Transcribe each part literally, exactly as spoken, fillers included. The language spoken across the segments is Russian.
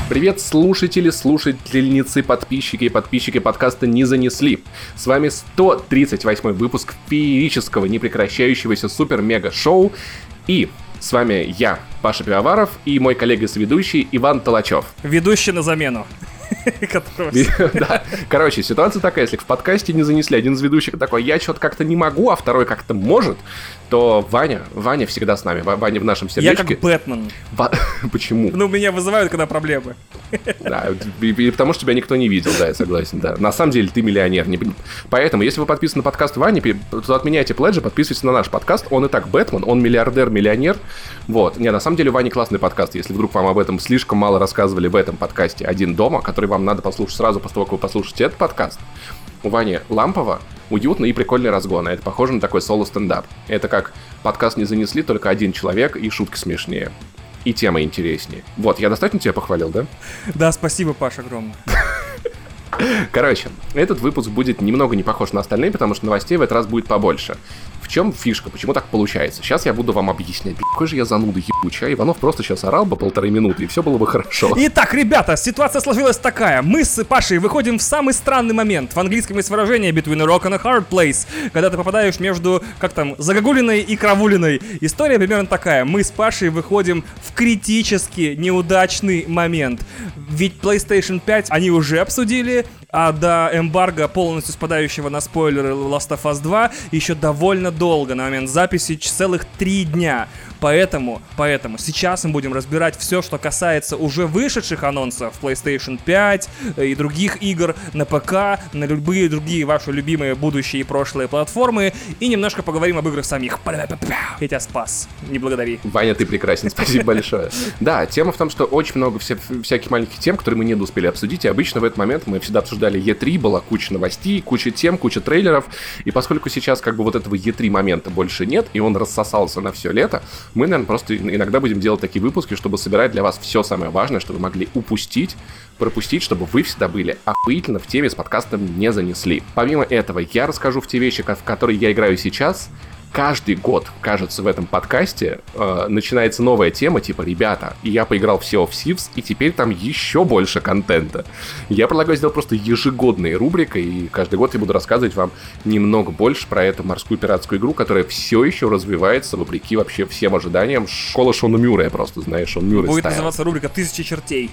Привет, слушатели, слушательницы, подписчики и подписчики подкаста «Не занесли». С вами сто тридцать восьмой выпуск феерического, непрекращающегося супер-мега-шоу. И с вами я, Паша Пивоваров, и мой коллега-соведущий Иван Толачев. Ведущий на замену. Да. Короче, ситуация такая, если в подкасте не занесли, один из ведущих такой, я что-то как-то не могу, а второй как-то может, то Ваня, Ваня всегда с нами, Ваня в нашем сердечке. Я как Бэтмен. Ва... Почему? Ну, меня вызывают, когда проблемы. Да, и, и потому что тебя никто не видел, да, я согласен, да. На самом деле ты миллионер. Не... Поэтому, если вы подписаны на подкаст Вани, то отменяйте пледжи, подписывайтесь на наш подкаст. Он и так Бэтмен, он миллиардер, миллионер. Вот. Не, на самом деле у Вани классный подкаст. Если вдруг вам об этом слишком мало рассказывали в этом подкасте «Один дома», который вам надо послушать сразу после того, как вы послушаете этот подкаст, у Вани лампово, уютно и прикольный разгон. Это похоже на такой соло-стендап. Это как подкаст «Не занесли», только один человек и шутки смешнее. И тема интереснее. Вот, я достаточно тебя похвалил, да? Да, спасибо, Паша, огромное. Короче, этот выпуск будет немного не похож на остальные, потому что новостей в этот раз будет побольше. В чем фишка? Почему так получается? Сейчас я буду вам объяснять. Какой же я зануда ебучий. Иванов просто сейчас орал бы полторы минуты, и все было бы хорошо. Итак, ребята, ситуация сложилась такая. Мы с Пашей выходим в самый странный момент. В английском есть выражение between a rock and a hard place. Когда ты попадаешь между, как там, загогулиной и кравулиной. История примерно такая. Мы с Пашей выходим в критически неудачный момент. Ведь PlayStation пять они уже обсудили, а до эмбарго, полностью спадающего на спойлеры Last of Us два, еще довольно долго, на момент записи целых три дня. Поэтому, поэтому сейчас мы будем разбирать все, что касается уже вышедших анонсов PlayStation пять и других игр на ПК, на любые другие ваши любимые будущие и прошлые платформы, и немножко поговорим об играх самих. Я тебя спас, не благодари. Ваня, ты прекрасен, спасибо большое. Да, тема в том, что очень много вся, всяких маленьких тем, которые мы не успели обсудить, и обычно в этот момент мы всегда обсуждали и три, была куча новостей, куча тем, куча трейлеров, и поскольку сейчас как бы вот этого и три момента больше нет, и он рассосался на все лето, мы, наверное, просто иногда будем делать такие выпуски, чтобы собирать для вас все самое важное, что вы могли упустить, пропустить, чтобы вы всегда были охуительно в теме с подкастом «Не занесли». Помимо этого, я расскажу в те вещи, в которые я играю сейчас. Каждый год, кажется, в этом подкасте э, начинается новая тема, типа, ребята, я поиграл в Sea of Thieves, и теперь там еще больше контента. Я предлагаю сделать просто ежегодные рубрикой, и каждый год я буду рассказывать вам немного больше про эту морскую пиратскую игру, которая все еще развивается, вопреки вообще всем ожиданиям. Школа Шона Мюррея просто, знаешь, Шон Мюррей будет стайл. Называться рубрика «Тысячи чертей».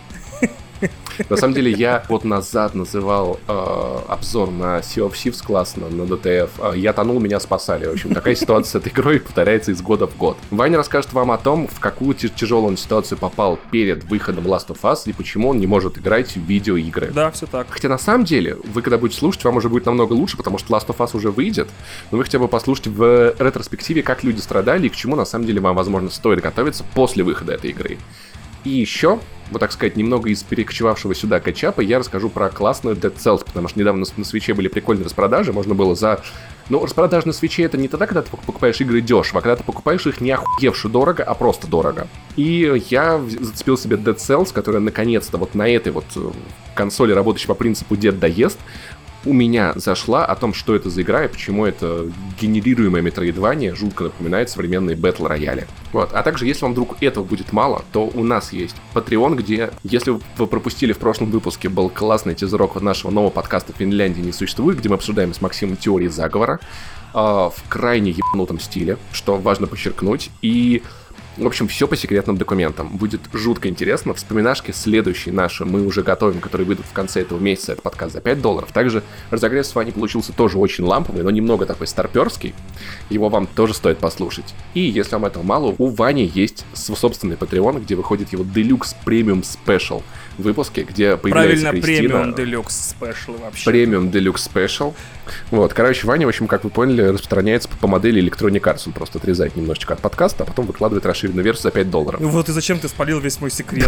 На самом деле, я год назад называл э, обзор на Sea of Thieves классно, на ди ти эф. Э, я тонул, меня спасали. В общем, такая ситуация с этой игрой повторяется из года в год. Ваня расскажет вам о том, в какую тяжелую он ситуацию попал перед выходом Last of Us и почему он не может играть в видеоигры. Да, все так. Хотя на самом деле, вы когда будете слушать, вам уже будет намного лучше, потому что Last of Us уже выйдет. Но вы хотя бы послушайте в ретроспективе, как люди страдали и к чему на самом деле вам, возможно, стоит готовиться после выхода этой игры. И еще, вот так сказать, немного из перекочевавшего сюда кетчапа я расскажу про классную Dead Cells, потому что недавно на Свитче были прикольные распродажи, можно было за... Ну, распродажи на Свитче это не тогда, когда ты покупаешь игры дешево, а когда ты покупаешь их не охуевши дорого, а просто дорого. И я зацепил себе Dead Cells, которая наконец-то вот на этой вот консоли, работающей по принципу «дед доест», у меня зашла о том, что это за игра и почему это генерируемое метроидвания жутко напоминает современные бэтл-рояли. Вот. А также, если вам вдруг этого будет мало, то у нас есть Patreon, где, если вы пропустили в прошлом выпуске, был классный тизерок нашего нового подкаста «Финляндии не существует», где мы обсуждаем с Максимом теории заговора э, в крайне ебанутом стиле, что важно подчеркнуть, и... В общем, все по секретным документам. Будет жутко интересно. Вспоминашки следующие наши мы уже готовим, которые выйдут в конце этого месяца. Это подкаст за пять долларов. Также разогрев с Ваней получился тоже очень ламповый, но немного такой старперский. Его вам тоже стоит послушать. И если вам этого мало, у Вани есть собственный Patreon, где выходит его Deluxe Premium Special выпуски, где появляется Правильно, Кристина. Premium Deluxe Special вообще. Premium Deluxe Special. Вот, короче, Ваня, в общем, как вы поняли, распространяется по модели Electronic Arts. Он просто отрезает немножечко от подкаста, а потом выкладывает расширенную версию за пять долларов. Вот и зачем ты спалил весь мой секрет?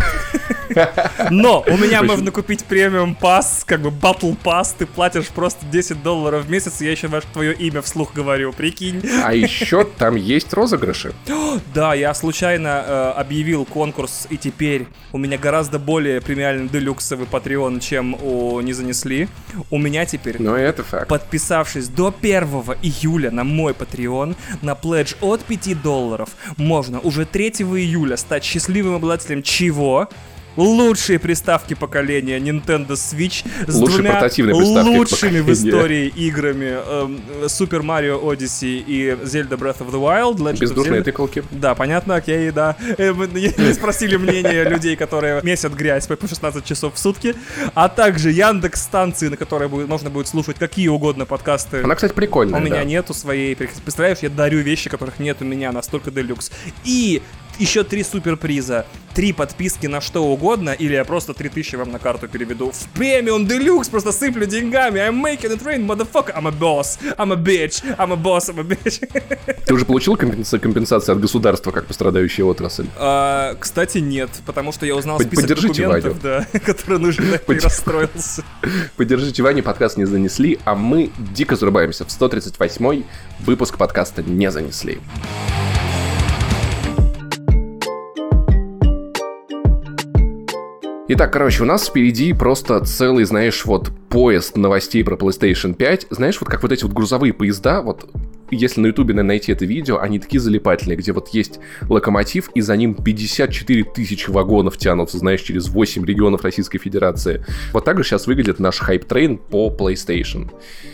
Но у меня можно купить премиум пас, как бы Battle Pass, ты платишь просто десять долларов в месяц, и я еще твое имя вслух говорю, прикинь. А еще там есть розыгрыши. Да, я случайно э, объявил конкурс, и теперь у меня гораздо более премиальный делюксовый Patreon, чем у «Не занесли». У меня теперь, ну, это факт. Подписавшись до первого июля на мой Patreon, на пледж от пяти долларов, можно уже третьего июля стать счастливым обладателем чего? лучшие приставки поколения Nintendo Switch с Лучшие двумя лучшими в истории играми эм, Super Mario Odyssey и Zelda Breath of the Wild. Legend Бездушные Zelda. тыкалки. Да, понятно, окей, да. Э, мы не спросили мнение людей, которые месят грязь по шестнадцать часов в сутки, а также Яндекс-станции, на которой будет, можно будет слушать какие угодно подкасты. Она, кстати, прикольная. У меня да. нету своей. Представляешь, я дарю вещи, которых нет у меня, настолько делюкс. И еще три суперприза. Три подписки на что угодно, или я просто три тысячи вам на карту переведу в премиум делюкс, просто сыплю деньгами. I'm making it rain, motherfucker. I'm a boss, I'm a bitch, I'm a boss, I'm a bitch. Ты уже получил компенса- компенсацию от государства, как пострадающая отрасль? А, кстати, нет, потому что я узнал список Поддержите документов, да, которые нужны, и расстроился. Поддержите Ваню, подкаст не занесли, а мы дико зарубаемся в сто тридцать восьмой выпуск подкаста «Не занесли». Итак, короче, у нас впереди просто целый, знаешь, вот поезд новостей про PlayStation пять. Знаешь, вот как вот эти вот грузовые поезда, вот если на Ютубе найти это видео, они такие залипательные, где вот есть локомотив, и за ним пятьдесят четыре тысячи вагонов тянутся, знаешь, через восемь регионов Российской Федерации. Вот так же сейчас выглядит наш хайп-трейн по PlayStation.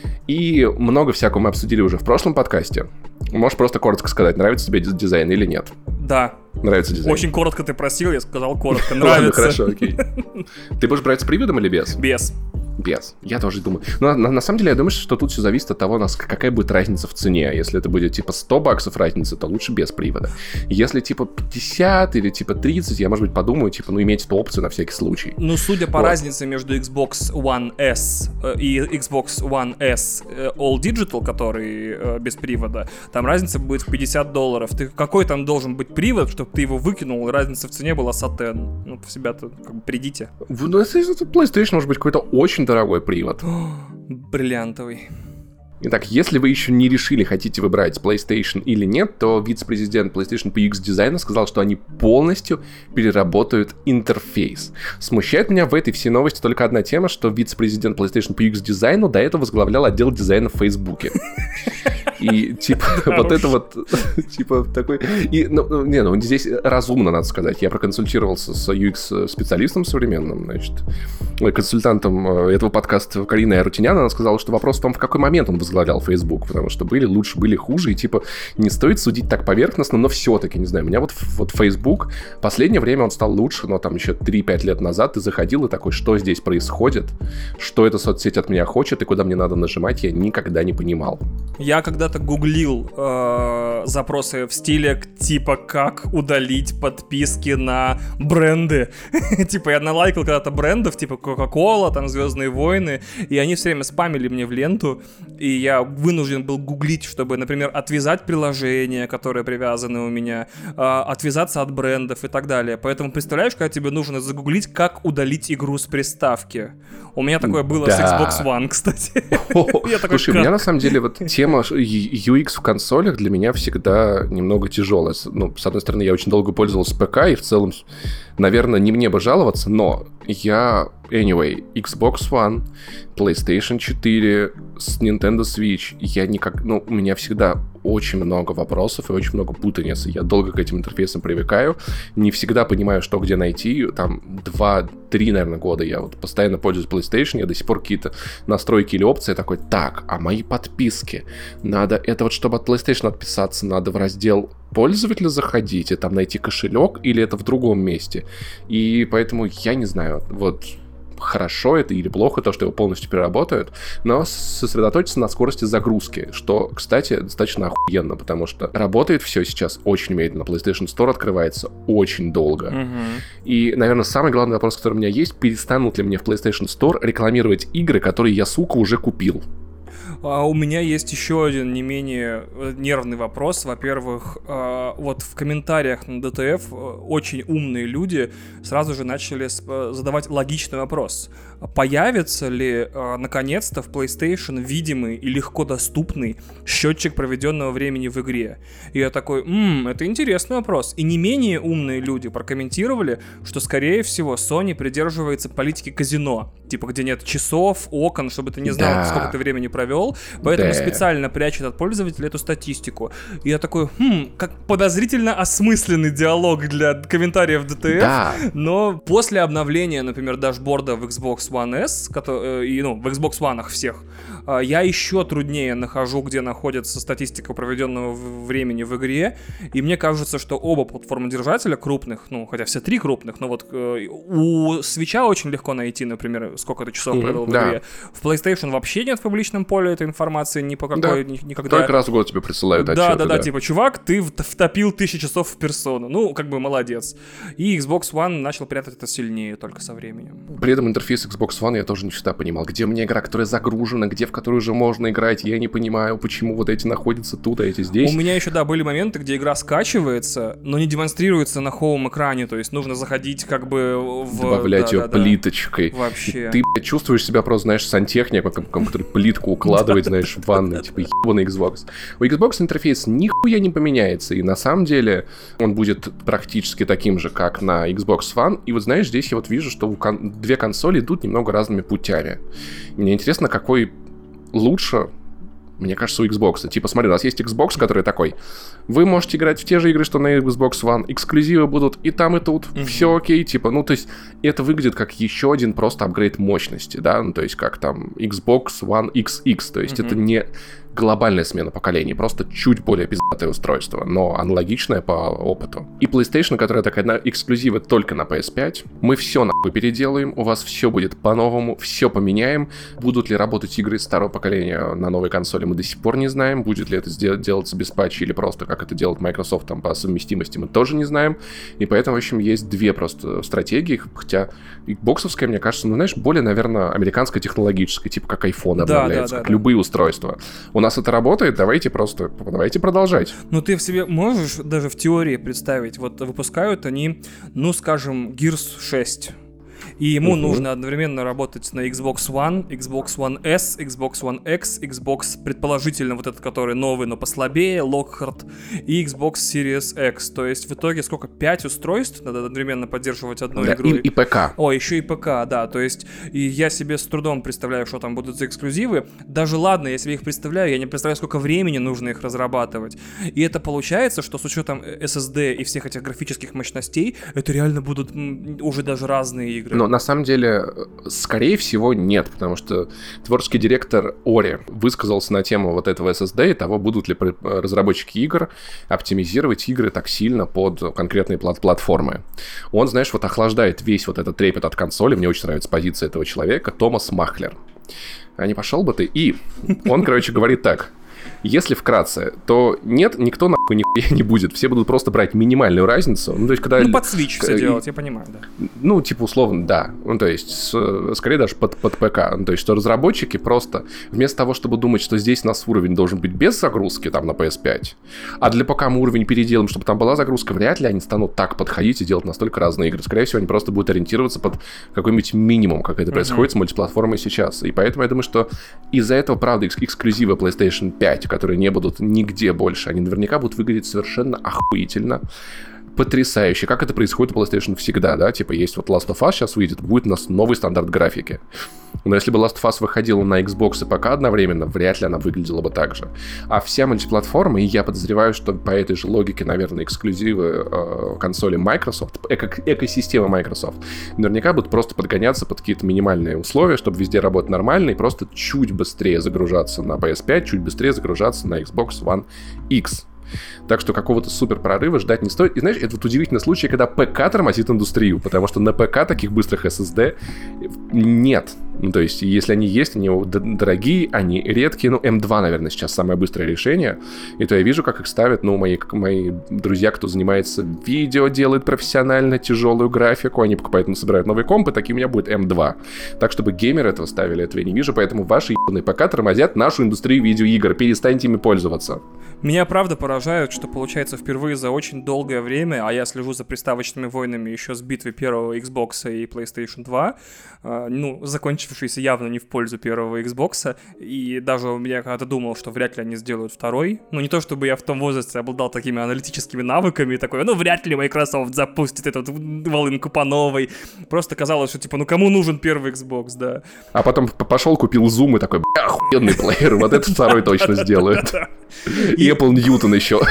И много всякого мы обсудили уже в прошлом подкасте. Можешь просто коротко сказать, нравится тебе дизайн или нет? Да. Нравится дизайн? Очень коротко ты просил, я сказал коротко. Нравится. Ладно, хорошо, окей. Ты будешь брать с приводом или без? Без. Без. Я тоже думаю. Но на, на самом деле, я думаю, что тут все зависит от того, насколько, какая будет разница в цене. Если это будет типа сто баксов разница, то лучше без привода. Если типа пятьдесят или типа тридцать, я, может быть, подумаю, типа, ну, иметь эту опцию на всякий случай. Ну, судя по вот. разнице между Xbox One S и Xbox One S All Digital, который э, без привода, там разница будет в пятьдесят долларов. Ты, какой там должен быть привод, чтобы ты его выкинул, и разница в цене была сатен. Ну, в себя-то как бы придите. В PlayStation может быть какой-то очень дорогой привод. Бриллиантовый. Итак, если вы еще не решили, хотите вы брать PlayStation или нет, то вице-президент PlayStation по ю экс-дизайну сказал, что они полностью переработают интерфейс. Смущает меня в этой всей новости только одна тема, что вице-президент PlayStation по ю экс-дизайну до этого возглавлял отдел дизайна в Фейсбуке. И, типа, вот это вот, типа, такой... И, ну, не, ну, здесь разумно, надо сказать. Я проконсультировался с ю экс-специалистом современным, значит, консультантом этого подкаста Кариной Арутюнян. Она сказала, что вопрос в том, в какой момент он возглавлял Facebook, потому что были лучше, были хуже, и, типа, не стоит судить так поверхностно, но все-таки, не знаю, у меня вот, вот Facebook, последнее время он стал лучше, но там еще три-пять лет назад ты заходил и такой, что здесь происходит, что эта соцсеть от меня хочет и куда мне надо нажимать, я никогда не понимал. Я когда-то гуглил э, запросы в стиле типа как удалить подписки на бренды. Типа я налайкал когда-то брендов, типа Coca-Cola, там Звездные войны, и они все время спамили мне в ленту, и я вынужден был гуглить, чтобы, например, отвязать приложения, которые привязаны у меня, э, отвязаться от брендов и так далее. Поэтому представляешь, когда тебе нужно загуглить, как удалить игру с приставки. У меня такое было да. с Xbox One, кстати. Слушай, у меня на самом деле вот тема ю экс в консолях для меня всегда немного тяжелая. Ну, с одной стороны, я очень долго пользовался ПК, и в целом, наверное, не мне бы жаловаться, но я, anyway, Xbox One, PlayStation четыре, с Nintendo Switch, я никак, ну, у меня всегда очень много вопросов и очень много путаницы. Я долго к этим интерфейсам привыкаю, не всегда понимаю, что где найти. Там два-три, наверное, года я вот постоянно пользуюсь PlayStation, я до сих пор какие-то настройки или опции такой, так, а мои подписки? Надо, это вот чтобы от PlayStation отписаться, надо в раздел пользователя заходить и там найти кошелек, или это в другом месте? И поэтому я не знаю, вот... хорошо это или плохо, то, что его полностью переработают, но сосредоточиться на скорости загрузки, что, кстати, достаточно охуенно, потому что работает все сейчас очень медленно. PlayStation Store открывается очень долго. Mm-hmm. И, наверное, самый главный вопрос, который у меня есть, перестанут ли мне в PlayStation Store рекламировать игры, которые я, сука, уже купил? А у меня есть еще один не менее нервный вопрос. Во-первых, вот в комментариях на ди ти эф очень умные люди сразу же начали задавать логичный вопрос. Появится ли наконец-то в PlayStation видимый и легко доступный счетчик проведенного времени в игре? И я такой, ммм, это интересный вопрос. И не менее умные люди прокомментировали, что, скорее всего, Sony придерживается политики казино. Типа, где нет часов, окон, чтобы ты не знал, да. сколько ты времени провел. произошел, поэтому да. специально прячет от пользователя эту статистику. И я такой, хм, как подозрительно осмысленный диалог для комментариев ди ти эф, да. но после обновления, например, дашборда в Xbox One S, который, и, ну, в Xbox One всех, я еще труднее нахожу, где находится статистика проведенного времени в игре, и мне кажется, что оба платформодержателя крупных, ну, хотя все три крупных, но вот э, у Switch'а очень легко найти, например, сколько ты часов mm-hmm, провел в да. игре. В PlayStation вообще нет в публичном поле этой информации ни по какой, да. ни, никогда. Только раз в год тебе присылают да, отчеты. Да, да, да, да, типа, чувак, ты втопил тысячу часов в персону. Ну, как бы молодец. И Xbox One начал прятать это сильнее только со временем. При этом интерфейс Xbox One я тоже не всегда понимал, где у меня игра, которая загружена, где в которую уже можно играть. Я не понимаю, почему вот эти находятся тут, а эти здесь. У меня еще, да, были моменты, где игра скачивается, но не демонстрируется на хоум-экране, то есть нужно заходить как бы в... Добавлять да, ее да, плиточкой. Да. Вообще. Ты, блядь, чувствуешь себя просто, знаешь, сантехником, который плитку укладывает, знаешь, в ванной, типа, ебаный Xbox. У Xbox интерфейс нихуя не поменяется, и на самом деле он будет практически таким же, как на Xbox One. И вот, знаешь, здесь я вот вижу, что кон- две консоли идут немного разными путями. Мне интересно, какой лучше... Мне кажется, у Xbox. Типа, смотри, у нас есть Xbox, который такой: вы можете играть в те же игры, что на Xbox One, эксклюзивы будут и там, и тут, mm-hmm. все окей, типа, ну, то есть, это выглядит как еще один просто апгрейд мощности, да, ну, то есть, как там Xbox One икс икс, то есть, mm-hmm. это не глобальная смена поколений, просто чуть более пиздатое устройство, но аналогичное по опыту. И PlayStation, которая такая на эксклюзивы только на пи эс пять, мы все нахуй переделаем, у вас все будет по-новому, все поменяем. Будут ли работать игры старого поколения на новой консоли, мы до сих пор не знаем. Будет ли это сдел- делаться без патча или просто как это делает Microsoft там по совместимости, мы тоже не знаем. И поэтому, в общем, есть две просто стратегии, хотя Xbox-овская, мне кажется, ну, знаешь, более, наверное, американская технологическая, типа как iPhone обновляется, да, да, как да, любые да. устройства. У нас это работает, давайте просто, давайте продолжать. Ну, ты в себе можешь даже в теории представить, вот выпускают они, ну, скажем, Gears шесть. И ему uh-huh. нужно одновременно работать на Xbox One, Xbox One S, Xbox One X, Xbox, предположительно, вот этот, который новый, но послабее, Lockhart, и Xbox Series X. То есть в итоге сколько? Пять устройств надо одновременно поддерживать одной да, игрой. И, и ПК. О, еще и ПК, да. То есть и я себе с трудом представляю, что там будут за эксклюзивы. Даже ладно, я себе их представляю, я не представляю, сколько времени нужно их разрабатывать. И это получается, что с учетом эс эс ди и всех этих графических мощностей, это реально будут м, уже даже разные игры. Но на самом деле, скорее всего, нет, потому что творческий директор Ори высказался на тему вот этого эс эс ди и того, будут ли разработчики игр оптимизировать игры так сильно под конкретные плат- платформы. Он, знаешь, вот охлаждает весь вот этот трепет от консоли. Мне очень нравится позиция этого человека, Томас Махлер. А не пошел бы ты? И он, короче, говорит так. Если вкратце, то нет, никто нахуй нихуя не будет. Все будут просто брать минимальную разницу. Ну, то есть, когда... Ну, под Switch все и... делать, я понимаю, да. Ну, типа, условно, да. Ну, то есть, с... скорее даже под, под ПК. Ну, то есть, что разработчики просто, вместо того, чтобы думать, что здесь у нас уровень должен быть без загрузки, там, на пи эс пять, а для ПК мы уровень переделаем, чтобы там была загрузка, вряд ли они станут так подходить и делать настолько разные игры. Скорее всего, они просто будут ориентироваться под какой-нибудь минимум, как это uh-huh. происходит с мультиплатформой сейчас. И поэтому я думаю, что из-за этого, правда, экс- эксклюзивы PlayStation пять, которые не будут нигде больше, они наверняка будут выглядеть совершенно охуительно, потрясающе, как это происходит у PlayStation всегда, да, типа есть вот Last of Us сейчас выйдет, будет у нас новый стандарт графики. Но если бы Last of Us выходила на Xbox и ПК одновременно, вряд ли она выглядела бы так же. А вся мультиплатформа, и я подозреваю, что по этой же логике, наверное, эксклюзивы э, консоли Microsoft, эко- экосистема Microsoft, наверняка будут просто подгоняться под какие-то минимальные условия, чтобы везде работать нормально и просто чуть быстрее загружаться на пи эс пять, чуть быстрее загружаться на Xbox One X. Так что какого-то супер прорыва ждать не стоит. И знаешь, это вот удивительный случай, когда ПК тормозит индустрию, потому что на ПК таких быстрых эс эс ди нет. Ну, то есть, если они есть, они дорогие, они редкие. Ну, эм два, наверное, сейчас самое быстрое решение. И то я вижу, как их ставят, ну, мои, мои друзья, кто занимается видео, делает профессионально тяжелую графику, они покупают, ну, собирают новые компы, такие у меня будет эм два. Так, чтобы геймеры этого ставили, этого я не вижу, поэтому ваши ебаные ПК тормозят нашу индустрию видеоигр. Перестаньте ими пользоваться. Меня правда поражает, что получается впервые за очень долгое время, а я слежу за приставочными войнами еще с битвы первого Xbox и PlayStation два, э, ну, закончившейся закончившийся явно не в пользу первого Xbox, и даже у меня когда-то думал, что вряд ли они сделают второй. Ну, не то чтобы я в том возрасте обладал такими аналитическими навыками, такой, ну, вряд ли Microsoft запустит эту волынку по новой. Просто казалось, что, типа, ну, кому нужен первый Xbox, да. А потом пошел, купил Zoom и такой, бля, охуенный плеер, вот этот второй точно сделают. И Apple Newton еще.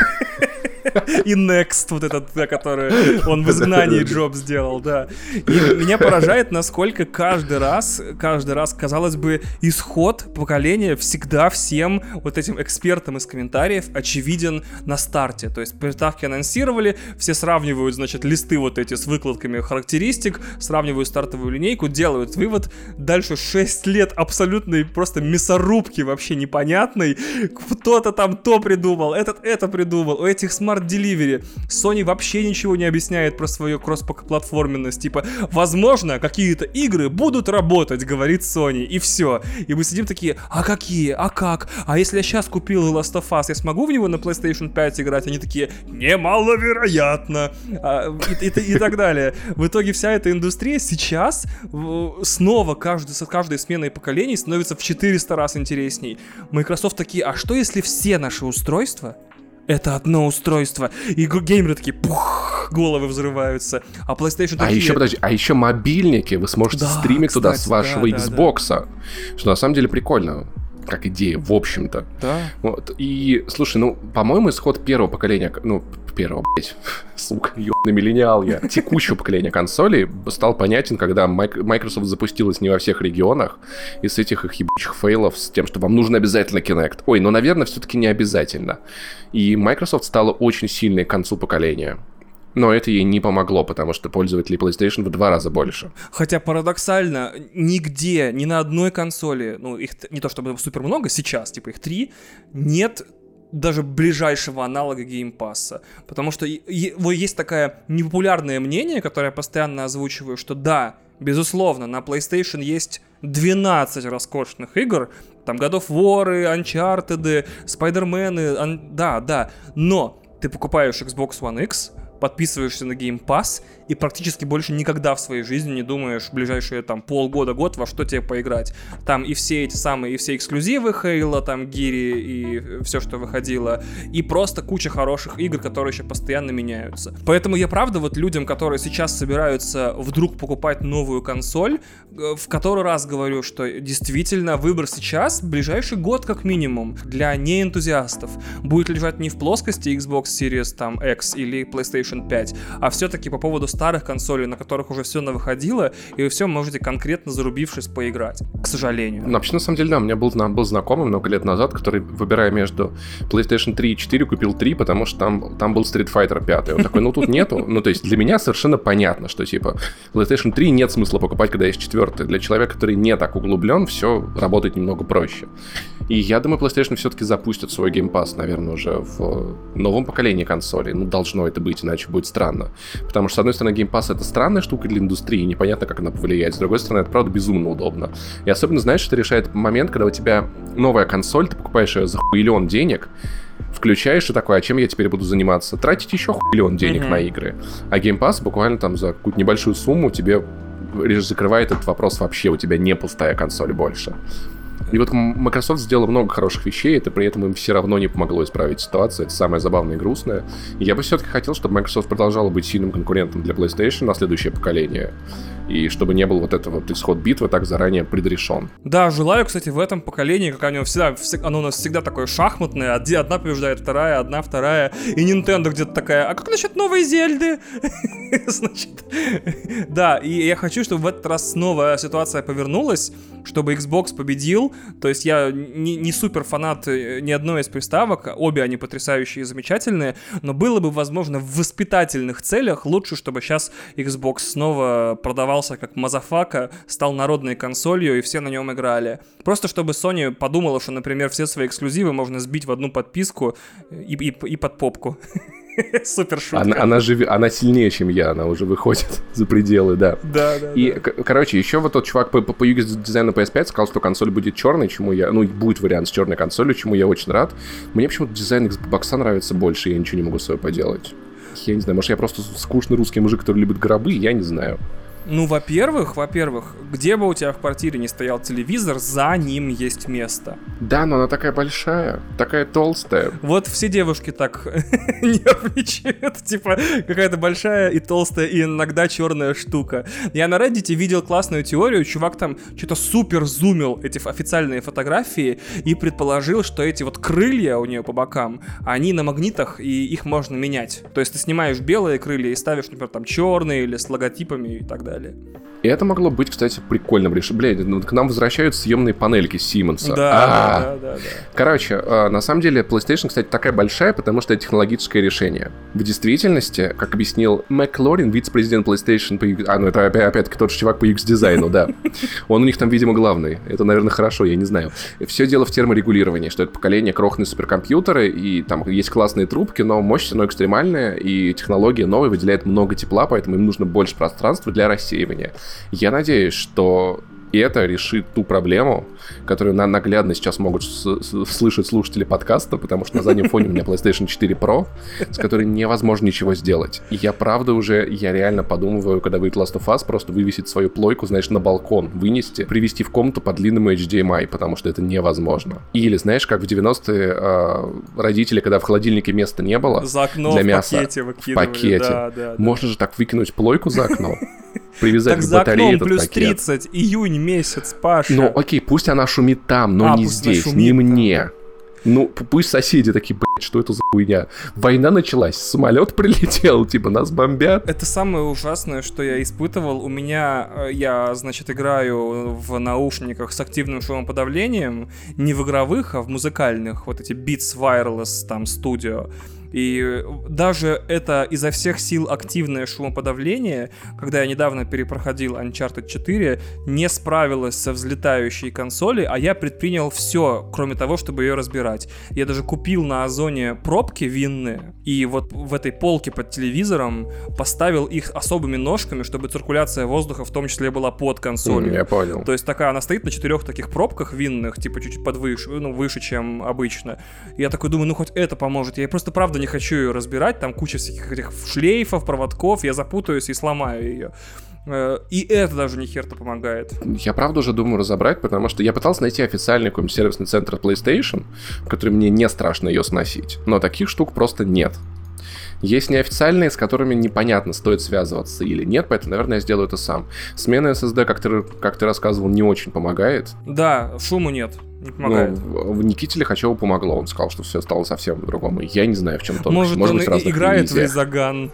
И Next, вот этот, который он в изгнании Джоб сделал, да. И меня поражает, насколько каждый раз, каждый раз, казалось бы, исход поколения всегда всем вот этим экспертам из комментариев очевиден на старте. То есть приставки анонсировали, все сравнивают, значит, листы вот эти с выкладками характеристик, сравнивают стартовую линейку, делают вывод. Дальше шесть лет абсолютной просто мясорубки вообще непонятной. Кто-то там то придумал, этот это придумал. У этих Smart Delivery Sony вообще ничего не объясняет про свою кросс-платформенность. Типа, возможно, какие-то игры будут работать, говорит Sony, и все. И мы сидим такие, а какие, а как? А если я сейчас купил Last of Us, я смогу в него на PlayStation пять играть? Они такие, немаловероятно. А, и, и, и так далее. В итоге вся эта индустрия сейчас снова каждый, с каждой сменой поколений становится в четыреста раз интересней. Microsoft такие, а что если все наши устройства это одно устройство, и геймеры такие, пух, головы взрываются, а PlayStation такие... А еще, подожди, а еще мобильники, вы сможете да, стримить кстати, туда с вашего да, Xbox, да, да. Что на самом деле прикольно, как идея, в общем-то. Да. Вот, и, слушай, ну, по-моему, исход первого поколения, ну, первого, блядь, сука, ёбаный миллениал я, текущего поколения консолей стал понятен, когда Microsoft запустилась не во всех регионах, и с этих их ебучих фейлов, с тем, что вам нужно обязательно Kinect. Ой, ну, наверное, все-таки не обязательно. И Microsoft стала очень сильной к концу поколения. Но это ей не помогло, потому что пользователей PlayStation в два раза больше. Хотя парадоксально, нигде, ни на одной консоли, ну, их не то чтобы супер много сейчас, типа их три, нет даже ближайшего аналога геймпасса. Потому что и, и, вот есть такое непопулярное мнение, которое я постоянно озвучиваю, что да, безусловно, на PlayStation есть двенадцать роскошных игр, там God of War, Uncharted, Spider-Man, ан... да, да, но ты покупаешь Xbox One X, подписываешься на Game Pass и практически больше никогда в своей жизни не думаешь в ближайшие там полгода-год во что тебе поиграть. Там и все эти самые, и все эксклюзивы Halo, там Гири и все, что выходило, и просто куча хороших игр, которые еще постоянно меняются. Поэтому я правда вот людям, которые сейчас собираются вдруг покупать новую консоль, в который раз говорю, что действительно выбор сейчас, ближайший год как минимум, для неэнтузиастов, будет лежать не в плоскости Xbox Series там X или PlayStation пять, а все-таки по поводу старых консолей, на которых уже все навыходило, и вы все можете конкретно зарубившись поиграть, к сожалению. Ну, вообще, на самом деле, да, у меня был, был знакомый много лет назад, который, выбирая между PlayStation три и четыре, купил три, потому что там, там был Street Fighter пять. Он такой, ну тут нету. Ну, то есть для меня совершенно понятно, что, типа, PlayStation три нет смысла покупать, когда есть четвертый. Для человека, который не так углублен, все работает немного проще. И я думаю, PlayStation все-таки запустит свой Game Pass, наверное, уже в новом поколении консолей. Ну, должно это быть, иначе будет странно. Потому что, с одной стороны, Game Pass — это странная штука для индустрии, непонятно, как она повлияет. С другой стороны, это, правда, безумно удобно. И особенно, знаешь, это решает момент, когда у тебя новая консоль, ты покупаешь ее за хуйлен денег, включаешь и такой, а чем я теперь буду заниматься? Тратить еще хуйлен денег mm-hmm. на игры. А Game Pass буквально там за какую-то небольшую сумму тебе закрывает этот вопрос вообще, у тебя не пустая консоль больше. И вот Microsoft сделала много хороших вещей, это при этом им все равно не помогло исправить ситуацию, это самое забавное и грустное. И я бы все-таки хотел, чтобы Microsoft продолжала быть сильным конкурентом для PlayStation на следующее поколение. И чтобы не был вот этот вот исход битвы так заранее предрешен. Да, желаю, кстати, в этом поколении, как оно всегда, оно у нас всегда такое шахматное, одна побеждает вторая, одна вторая, и Nintendo где-то такая, а как насчет новой Зельды? Значит, да, и я хочу, чтобы в этот раз снова ситуация повернулась, чтобы Xbox победил. То есть я не, не супер фанат ни одной из приставок, обе они потрясающие и замечательные, но было бы, возможно, в воспитательных целях лучше, чтобы сейчас Xbox снова продавался как мазафака, стал народной консолью и все на нем играли. Просто чтобы Sony подумала, что, например, все свои эксклюзивы можно сбить в одну подписку и, и, и под попку. Супер шутка. Она, она, живи, она сильнее, чем я, она уже выходит за пределы, да. Да, да. И, да. К- короче, еще вот тот чувак по, по, по ю экс дизайну пи эс пять сказал, что консоль будет черной, чему я... Ну, будет вариант с черной консолью, чему я очень рад. Мне почему-то дизайн Xbox нравится больше, я ничего не могу с собой поделать. Я не знаю, может, я просто скучный русский мужик, который любит гробы, я не знаю. Ну, во-первых, во-первых, где бы у тебя в квартире не стоял телевизор, за ним есть место. Да, но она такая большая, такая толстая. Вот все девушки так нервничают, типа какая-то большая и толстая, и иногда черная штука. Я на Reddit видел классную теорию, чувак там что-то супер зумил эти официальные фотографии и предположил, что эти вот крылья у нее по бокам, они на магнитах, и их можно менять. То есть ты снимаешь белые крылья и ставишь, например, там черные или с логотипами и так далее. И это могло быть, кстати, прикольным решением. Блядь, ну, к нам возвращают съемные панельки Симмонса. Да, да, да, да. Короче, на самом деле PlayStation, кстати, такая большая, потому что это технологическое решение. В действительности, как объяснил Маклорин, вице-президент PlayStation по... А, ну это опять-таки тот же чувак по ю экс-дизайну, да. Он у них там, видимо, главный. Это, наверное, хорошо, я не знаю. Все дело в терморегулировании, что это поколение крохотные суперкомпьютеры, и там есть классные трубки, но мощь все равно экстремальная, и технология новая выделяет много тепла, поэтому им нужно больше пространства для рассеивания. Я надеюсь, что это решит ту проблему, которую на наглядно сейчас могут с- с- слышать слушатели подкаста, потому что на заднем фоне у меня PlayStation четыре Pro, с которой невозможно ничего сделать. И я правда уже, я реально подумываю, когда выйдет Last of Us, просто вывесить свою плойку, знаешь, на балкон, вынести, привести в комнату по длинному эйч ди эм ай, потому что это невозможно. Или, знаешь, как в девяностые э, родители, когда в холодильнике места не было, за окно для в мяса, пакете выкидывали. в пакете. Да, да, да. Можно же так выкинуть плойку за окно, привязать так к за батарее окном этот плюс пакет. тридцать, июнь месяц, Паша. Ну, окей, пусть она шумит там, но А, не пусть она здесь, шумит не там. мне. Ну, п- пусть соседи такие, блядь, что это за хуйня? Война началась, самолет прилетел, типа, нас бомбят. Это самое ужасное, что я испытывал. У меня, э, я, значит, играю в наушниках с активным шумоподавлением, не в игровых, а в музыкальных, вот эти Beats Wireless там Studio. И даже это изо всех сил активное шумоподавление, когда я недавно перепроходил Uncharted четыре, не справилось со взлетающей консоли, а я предпринял все, кроме того, чтобы ее разбирать. Я даже купил на Озоне пробки винные, и вот в этой полке под телевизором поставил их особыми ножками, чтобы циркуляция воздуха в том числе была под консолью. Mm, я понял. То есть такая, она стоит на четырех таких пробках винных, типа чуть-чуть подвыше, ну, выше, чем обычно. Я такой думаю, ну хоть это поможет. Я просто правда не хочу ее разбирать, там куча всяких этих шлейфов, проводков, я запутаюсь и сломаю ее. И это даже ни хер-то помогает. Я правда уже думаю разобрать, потому что я пытался найти официальный какой-нибудь сервисный центр PlayStation, в который мне не страшно ее сносить, но таких штук просто нет. Есть неофициальные, с которыми непонятно, стоит связываться или нет, поэтому, наверное, я сделаю это сам. Смена эс эс ди, как ты, как ты рассказывал, не очень помогает. Да, шуму нет, не помогает. Ну, в Никите Лихачеву помогло, он сказал, что все стало совсем по-другому. Я не знаю, в чем тонкость. Может, Может он быть, в разных играет в ревизиях. Изаган.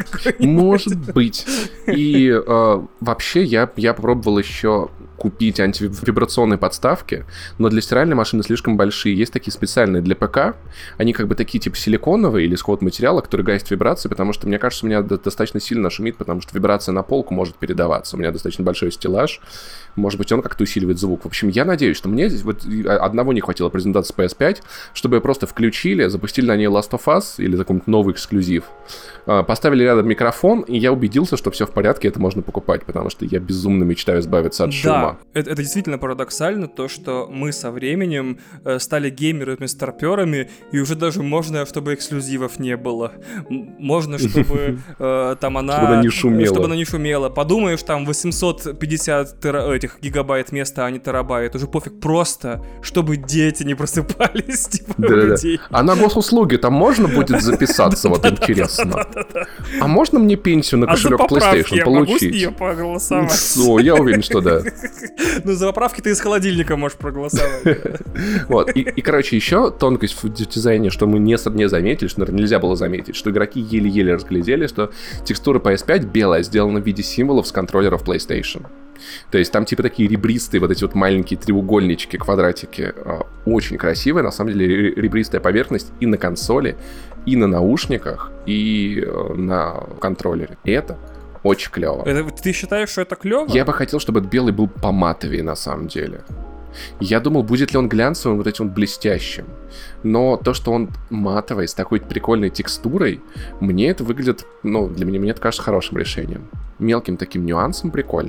Может быть. И э, вообще я, я попробовал еще купить антивибрационные подставки, но для стиральной машины слишком большие. Есть такие специальные для ПК. Они как бы такие типа силиконовые или из какого-то материала, который гасит вибрации, потому что, мне кажется, у меня достаточно сильно шумит, потому что вибрация на полку может передаваться. У меня достаточно большой стеллаж. Может быть, он как-то усиливает звук. В общем, я надеюсь, что мне здесь вот одного не хватило презентации пи эс пять, чтобы просто включили, запустили на ней Last of Us или какой-нибудь новый эксклюзив, поставили рядом микрофон, и я убедился, что все в порядке, это можно покупать, потому что я безумно мечтаю избавиться от шума. Да, это, это действительно парадоксально, то, что мы со временем э, стали геймерами-старперами, и уже даже можно, чтобы эксклюзивов не было. М- можно, чтобы э, там она... Чтобы она не шумела. Чтобы она не шумела. Подумаешь, там восемьсот пятьдесят тера... этих гигабайт места, а не терабайт. Уже пофиг, просто, чтобы дети не просыпались, типа, у людей. А на госуслуги там можно будет записаться, вот интересно? А можно мне пенсию на кошелек PlayStation получить? А за поправки я могу с нее проголосовать? О, я уверен, что да. Ну, за поправки ты из холодильника можешь проголосовать. Вот, и, и, короче, еще тонкость в дизайне, что мы не, не заметили, что, наверное, нельзя было заметить, что игроки еле-еле разглядели, что текстура пи эс пять белая сделана в виде символов с контроллеров PlayStation. То есть там типа такие ребристые вот эти вот маленькие треугольнички, квадратики. Очень красивая, на самом деле, ребристая поверхность и на консоли, и на наушниках, и на контроллере. И это очень клево. Это, ты считаешь, что это клево? Я бы хотел, чтобы этот белый был поматовее на самом деле. Я думал, будет ли он глянцевым, вот этим вот блестящим. Но то, что он матовый, с такой прикольной текстурой, мне это выглядит, ну, для меня, мне это кажется хорошим решением. Мелким таким нюансом прикольным.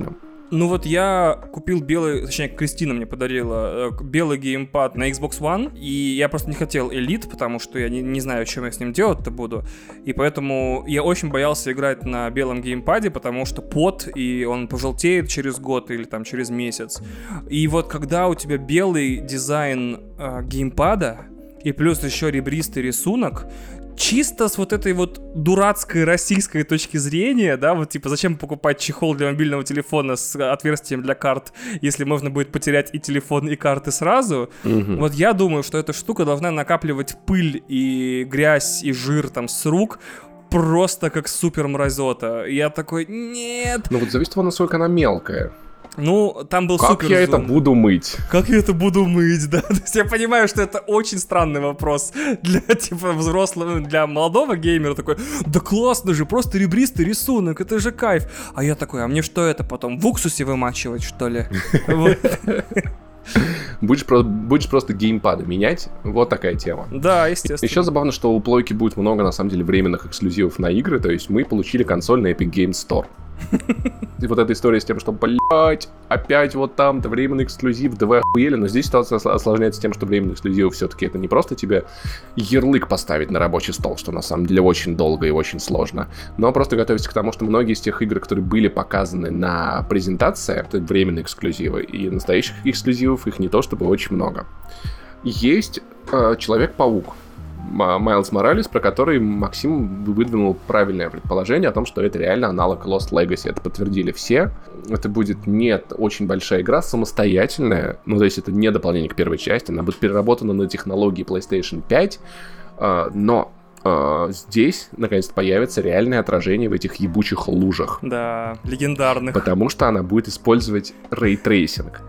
Ну вот я купил белый, точнее, Кристина мне подарила э, белый геймпад на Xbox One, и я просто не хотел Elite, потому что я не, не знаю, что я с ним делать-то буду, и поэтому я очень боялся играть на белом геймпаде, потому что пот, и он пожелтеет через год или там через месяц. И вот когда у тебя белый дизайн э, геймпада, и плюс еще ребристый рисунок, чисто с вот этой вот дурацкой российской точки зрения, да, вот типа зачем покупать чехол для мобильного телефона с отверстием для карт, если можно будет потерять и телефон, и карты сразу. Mm-hmm. Вот я думаю, что эта штука должна накапливать пыль и грязь, и жир там с рук, просто как супер мразота. Я такой, нет. Ну вот зависит, насколько она мелкая. Ну, там был как супер я зум. это буду мыть? Как я это буду мыть, да? То есть я понимаю, что это очень странный вопрос для, типа, взрослого, для молодого геймера. Такой, да классно же, просто ребристый рисунок, это же кайф. А я такой, а мне что это потом, в уксусе вымачивать, что ли? Будешь, про- будешь просто геймпады менять, вот такая тема. Да, естественно. Еще забавно, что у Плойки будет много, на самом деле, временных эксклюзивов на игры, то есть мы получили консоль на Epic Games Store. И вот эта история с тем, что, блять, опять вот там-то временный эксклюзив, да вы охуели, но здесь ситуация осложняется тем, что временный эксклюзив все-таки это не просто тебе ярлык поставить на рабочий стол, что на самом деле очень долго и очень сложно, но просто готовиться к тому, что многие из тех игр, которые были показаны на презентации, это временные эксклюзивы, и настоящих эксклюзивов их не то чтобы очень много. Есть э, Человек-паук, Майлз Моралес, про который Максим выдвинул правильное предположение о том, что это реально аналог Lost Legacy. Это подтвердили все. Это будет не очень большая игра, самостоятельная. Ну, то есть это не дополнение к первой части. Она будет переработана на технологии PlayStation пять. Но здесь, наконец-то, появится реальное отражение в этих ебучих лужах. Да, легендарных. Потому что она будет использовать рейтрейсинг.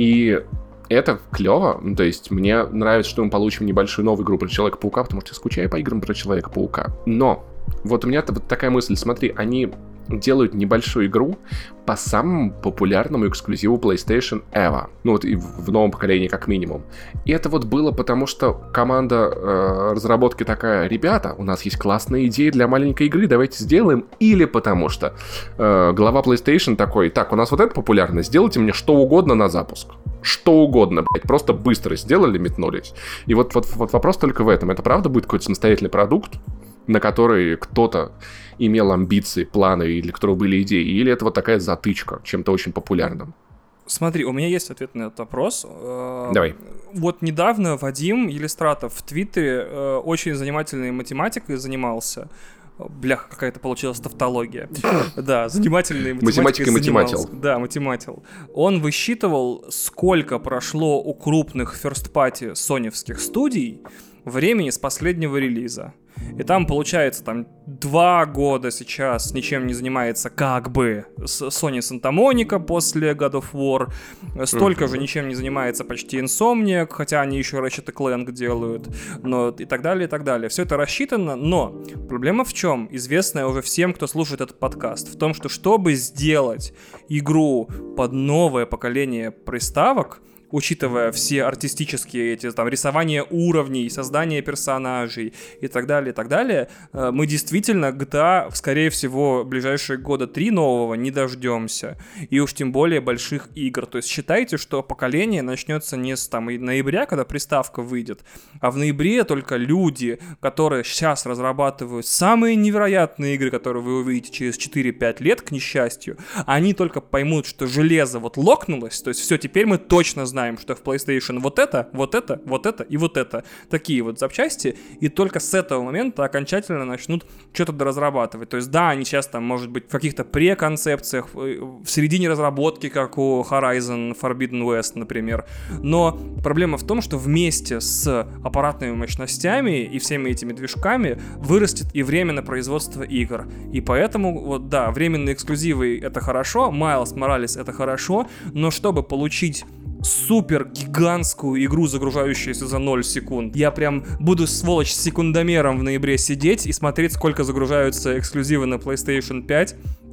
И это клево, ну, то есть мне нравится, что мы получим небольшую новую игру про Человека-паука, потому что я скучаю по играм про Человека-паука. Но вот у меня вот такая мысль, смотри, они делают небольшую игру по самому популярному эксклюзиву PlayStation ever. Ну вот и в новом поколении как минимум. И это вот было потому, что команда э, разработки такая: ребята, у нас есть классные идеи для маленькой игры, давайте сделаем. Или потому что э, глава PlayStation такой: так, у нас вот это популярно, сделайте мне что угодно на запуск. Что угодно, блядь, просто быстро сделали, метнулись. И вот, вот, вот вопрос только в этом. Это правда будет какой-то самостоятельный продукт, на который кто-то имел амбиции, планы, или у которого были идеи, или это вот такая затычка чем-то очень популярным? Смотри, у меня есть ответ на этот вопрос. Давай. Вот недавно Вадим Елистратов в Твиттере очень занимательной математикой занимался. Бляха, какая-то получилась тавтология. Да, занимательной математикой математикой. Да, математил. Он высчитывал, сколько прошло у крупных first-party соневских студий времени с последнего релиза. И там, получается, там два года сейчас ничем не занимается как бы Sony Santa Monica после God of War. Столько uh-huh. же ничем не занимается почти Insomniac, хотя они еще Ratchet энд Clank делают. Но и так далее, и так далее. Все это рассчитано, но проблема в чем? Известная уже всем, кто слушает этот подкаст. В том, что чтобы сделать игру под новое поколение приставок, учитывая все артистические эти там рисования уровней, создание персонажей и так далее, и так далее, мы действительно джи ти эй, скорее всего, в ближайшие года три нового не дождемся. И уж тем более больших игр. То есть считайте, что поколение начнется не с там ноября, когда приставка выйдет, а в ноябре только люди, которые сейчас разрабатывают самые невероятные игры, которые вы увидите через четыре-пять лет, к несчастью, они только поймут, что железо вот локнулось, то есть все, теперь мы точно знаем, знаем, что в PlayStation вот это, вот это, вот это и вот это. Такие вот запчасти. И только с этого момента окончательно начнут что-то доразрабатывать. То есть да, они сейчас там, может быть, в каких-то преконцепциях, в середине разработки, как у Horizon Forbidden West, например. Но проблема в том, что вместе с аппаратными мощностями и всеми этими движками вырастет и время на производство игр. И поэтому, вот да, временные эксклюзивы — это хорошо, Майлз Моралес — это хорошо, но чтобы получить супер гигантскую игру, загружающуюся за ноль секунд, я прям буду, сволочь, с секундомером в ноябре сидеть и смотреть, сколько загружаются эксклюзивы на PlayStation пять,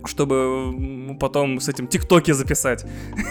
чтобы потом с этим ТикТоки записать.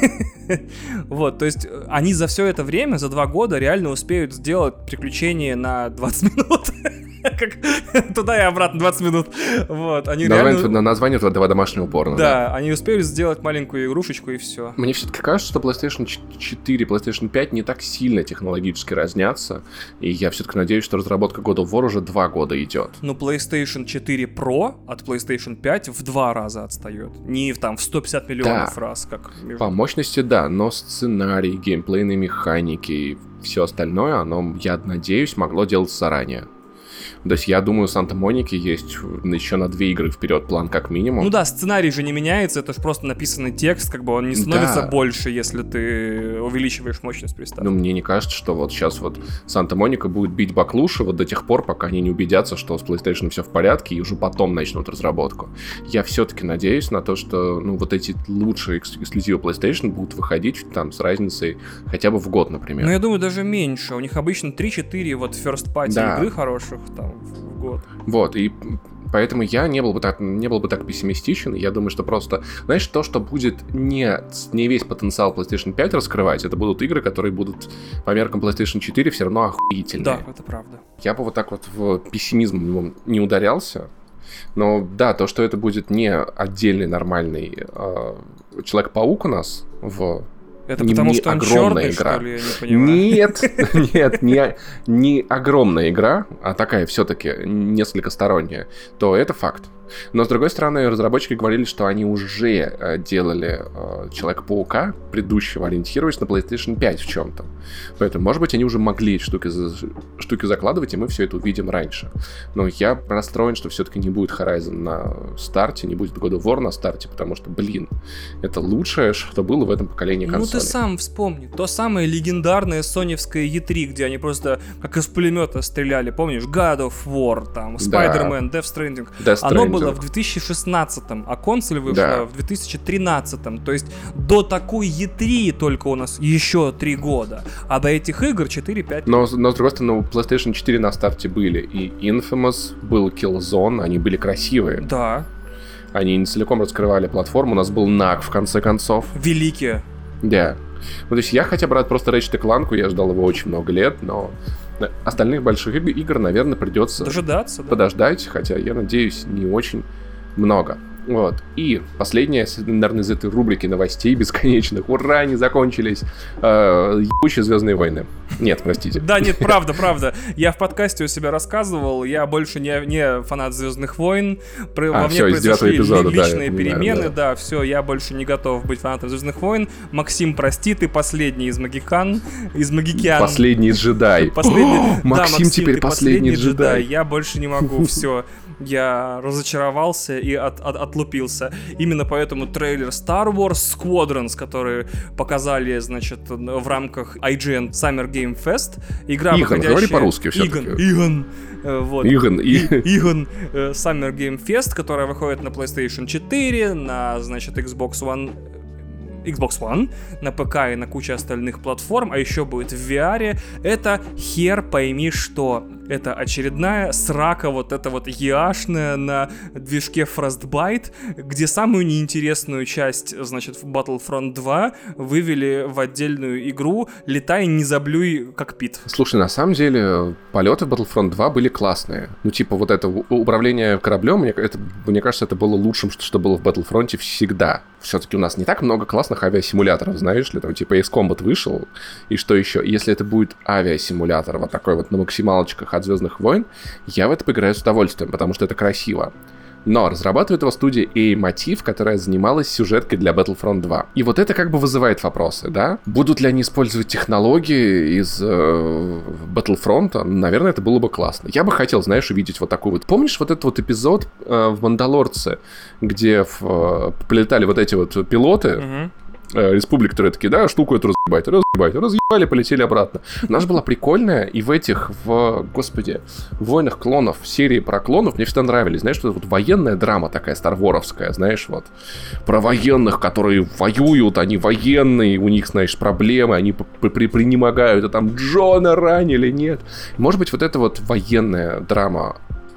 Вот, то есть они за все это время, за два года реально успеют сделать приключение на двадцать минут. Как туда и обратно двадцать минут. Вот, они Название, реально... название этого домашнего порно. Да, да, они успели сделать маленькую игрушечку и все. Мне все-таки кажется, что PlayStation четыре и PlayStation пять не так сильно технологически разнятся. И я все-таки надеюсь, что разработка God of War уже два года идет. Ну, PlayStation четыре Pro от PlayStation пять в два раза отстает. Не в, там, в сто пятьдесят миллионов да. раз, как... Между... По мощности, да, но сценарий, геймплейные механики и все остальное, оно, я надеюсь, могло делаться заранее. То есть я думаю, у Санта-Моники есть еще на две игры вперед план как минимум. Ну да, сценарий же не меняется, это же просто написанный текст, как бы он не становится да. больше, если ты увеличиваешь мощность приставки. Ну мне не кажется, что вот сейчас вот Санта-Моника будет бить баклуши вот до тех пор, пока они не убедятся, что с PlayStation все в порядке, и уже потом начнут разработку. Я все-таки надеюсь на то, что ну вот эти лучшие эксклюзивы PlayStation будут выходить там с разницей хотя бы в год, например. Ну я думаю, даже меньше. У них обычно три-четыре вот first party да. игры хороших там в год. Вот, и поэтому я не был бы так, не был бы так пессимистичен. Я думаю, что просто, знаешь, то, что будет не, не весь потенциал PlayStation пять раскрывать, это будут игры, которые будут по меркам PlayStation четыре все равно охуительные. Да, это правда. Я бы вот так вот в пессимизм не ударялся. Но да, то, что это будет не отдельный нормальный э, Человек-паук у нас в... Это потому, не, что он черный, игра. Что ли, я не понимаю? Нет, нет, не, не огромная игра, а такая все-таки несколько сторонняя, то это факт. Но, с другой стороны, разработчики говорили, что они уже делали э, Человека-паука предыдущего, ориентируясь на PlayStation пять в чем-то. Поэтому, может быть, они уже могли штуки, штуки закладывать, и мы все это увидим раньше. Но я расстроен, что все-таки не будет Horizon на старте, не будет God of War на старте, потому что, блин, это лучшее, что было в этом поколении консолей. Ну ты сам вспомни, то самое легендарное соневское и три, где они просто как из пулемета стреляли, помнишь? God of War, там, Spider-Man, да. Death Stranding. Death Stranding. Оно было в две тысячи шестнадцатом, а консоль вышла да. в две тысячи тринадцатом. То есть до такой и три только у нас еще три года. А до этих игр четыре-пять. Но, но с другой стороны, у PlayStation четыре на старте были и Infamous, был Killzone, они были красивые. Да. Они не целиком раскрывали платформу, у нас был нак в конце концов. Великие. Да. Ну, то есть я хотя бы рад просто Ratchet энд Clank, я ждал его очень много лет, но остальных больших игр, наверное, придется дожидаться, да. подождать, хотя я надеюсь, не очень много. Вот. И последняя, наверное, из этой рубрики новостей бесконечных. Ура, они закончились. Э, ебучие «Звездные войны». Нет, простите. Да, нет, правда, правда. Я в подкасте у себя рассказывал, я больше не, не фанат «Звездных войн». Про, а, во все, мне произошли эпизода, личные да, перемены, понимаю, да. да, все, я больше не готов быть фанатом «Звездных войн». Максим, прости, ты последний из магикан, из магикян. Последний из джедай. Последний... О, Максим, да, Максим теперь последний, последний джедай. джедай. Я больше не могу, все. Я разочаровался и от, от, отлупился. Именно поэтому трейлер Star Wars Squadrons, который показали, значит, в рамках ай джи эн Summer Game Fest. Игра, Игон, выходящая... говори по-русски все-таки. Игон, Игон. Вот. Игон, и... Игон Summer Game Fest, которая выходит на PlayStation четыре, на, значит, Xbox One... Xbox One, на ПК и на кучу остальных платформ, а еще будет в ви ар. Это хер пойми что. Это очередная срака вот эта вот яшная на движке Frostbite, где самую неинтересную часть, значит, в Battlefront два вывели в отдельную игру «Летай, не заблюй кокпит». Слушай, на самом деле полеты в Battlefront два были классные. Ну, типа вот это управление кораблем, мне, это, мне кажется, это было лучшим, что, что было в Battlefront всегда. Все-таки у нас не так много классных авиасимуляторов, знаешь ли, там типа Ace Combat вышел, и что еще? Если это будет авиасимулятор вот такой вот на максималочках от «Звездных войн», я в это поиграю с удовольствием, потому что это красиво. Но разрабатывает его студия эй Motive, которая занималась сюжеткой для Battlefront два. И вот это как бы вызывает вопросы, да? Будут ли они использовать технологии из э, Battlefront? Наверное, это было бы классно. Я бы хотел, знаешь, увидеть вот такой вот... Помнишь вот этот вот эпизод э, в «Мандалорце», где в, э, прилетали вот эти вот пилоты... Mm-hmm. Республик, которые такие, да, штуку эту разъебать, разъебать, разъебали, полетели обратно. У нас была прикольная, и в этих, в, господи, в «Войнах клонов», в серии про клонов мне всегда нравились, знаешь, что это вот военная драма такая, старворовская, знаешь, вот, про военных, которые воюют, они военные, у них, знаешь, проблемы, они пренемогают, а там Джона ранили, нет. Может быть, вот эта вот военная драма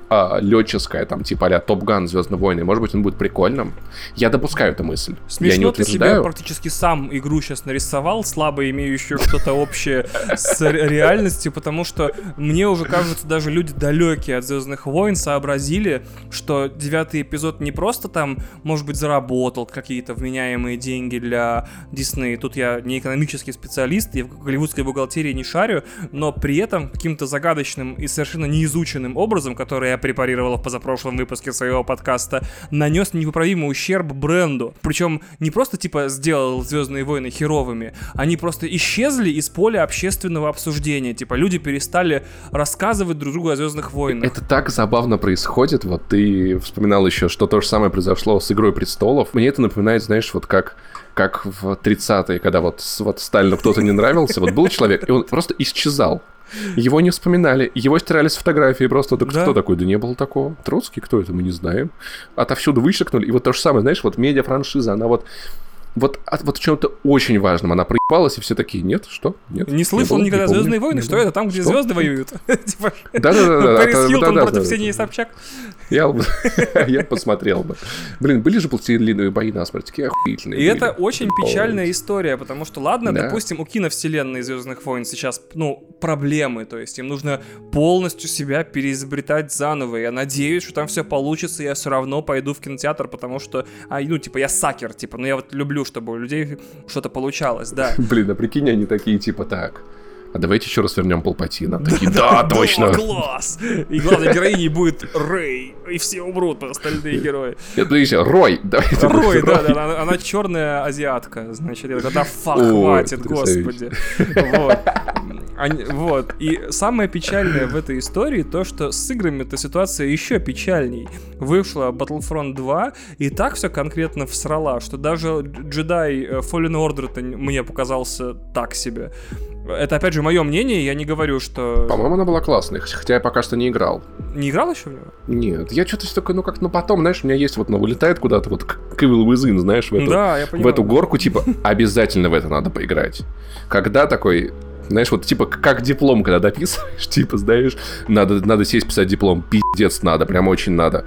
а, летческое, там, типа а-ля Топ Ган, Звездные войны, может быть, он будет прикольным. Я допускаю эту мысль. Смешно, я не утверждаю. Ты себе практически сам игру сейчас нарисовал, слабо имеющую что-то общее с реальностью, потому что мне уже кажется, даже люди далекие от Звездных войн сообразили, что девятый эпизод не просто там, может быть, заработал какие-то вменяемые деньги для Дисней. Тут я не экономический специалист, я в голливудской бухгалтерии не шарю, но при этом каким-то загадочным и совершенно неизученным образом, который я препарировал в позапрошлом выпуске своего подкаста, нанес непоправимый ущерб бренду. Причем не просто типа сделал Звездные войны херовыми, они просто исчезли из поля общественного обсуждения. Типа люди перестали рассказывать друг другу о Звездных войнах. Это так забавно происходит. Вот ты вспоминал еще, что то же самое произошло с Игрой престолов. Мне это напоминает, знаешь, вот как... как в тридцатые, когда вот, вот Сталину кто-то не нравился, вот был человек, и он просто исчезал. Его не вспоминали, его стирали с фотографии просто. Так да. Кто такой? Да не было такого. Троцкий? Кто это? Мы не знаем. Отовсюду вычеркнули. И вот то же самое, знаешь, вот медиафраншиза, она вот... Вот, от, вот в чем-то очень важном она проебалась, и все такие, нет, что? Нет. Не слышал не никогда «Звездные войны», что это там, где звезды воюют? Да-да-да. Пэрис Хилтон против Ксении Собчак. Я посмотрел бы. Блин, были же пластилиновые бои насмерть, такие охуительные. И это очень печальная история, потому что, ладно, допустим, у киновселенной «Звездных войн» сейчас, ну, проблемы, то есть им нужно полностью себя переизобретать заново. Я надеюсь, что там все получится, и я все равно пойду в кинотеатр, потому что, ну, типа, я сакер, типа, ну, я вот люблю, чтобы у людей что-то получалось, да. Блин, а прикинь, они такие, типа, так, а давайте еще раз вернем Палпатина. Такие, да, точно. Класс! И главной героиней будет Рэй, и все умрут, остальные герои. Нет, подожди, Рой. Рой, да, да, она черная азиатка, значит, я такой, да, фак, хватит, господи. Вот. Они, вот. И самое печальное в этой истории то, что с играми эта ситуация еще печальней. Вышла Battlefront два, и так все конкретно всрала, что даже Jedi Fallen Order мне показался так себе. Это, опять же, мое мнение, я не говорю, что... По-моему, она была классной, хотя я пока что не играл. Не играл еще в него? Нет, я что-то такое, ну как, ну потом, знаешь, у меня есть вот, ну, вылетает куда-то вот к Evil Within, знаешь, в эту, да, я в эту горку, типа, обязательно в это надо поиграть. Когда такой... Знаешь, вот типа как диплом, когда дописываешь, типа, знаешь, надо, надо сесть писать диплом, пиздец надо, прям очень надо.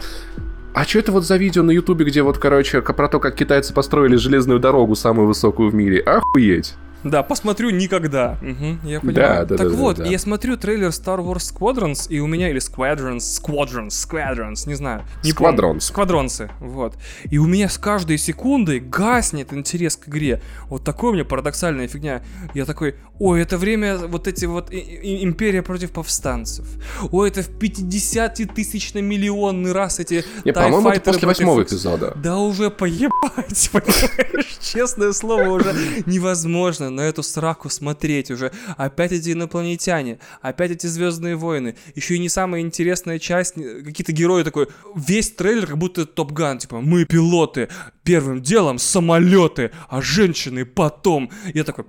А что это вот за видео на Ютубе, где вот, короче, про то, как китайцы построили железную дорогу, самую высокую в мире? Охуеть! Да, посмотрю никогда. Угу, я понимаю. Да, да, так да, вот, да, да. я смотрю трейлер Star Wars Squadrons, и у меня, или Squadrons, Squadrons, Squadrons, не знаю. Не Squadrons. Сквадронцы, вот. И у меня с каждой секундой гаснет интерес к игре. Вот такой у меня парадоксальная фигня. Я такой, ой, это время вот эти вот и, и, Империя против повстанцев. Ой, это в пятидесятитысячно-миллионный раз эти Не, по-моему, это после восьмого эпизода. Да уже поебать, понимаешь? Честное слово, уже невозможно на эту сраку смотреть уже. Опять эти инопланетяне, опять эти Звездные войны. Еще и не самая интересная часть, какие-то герои такой, весь трейлер как будто Топ Ган, типа, мы пилоты, первым делом самолеты, а женщины потом. Я такой,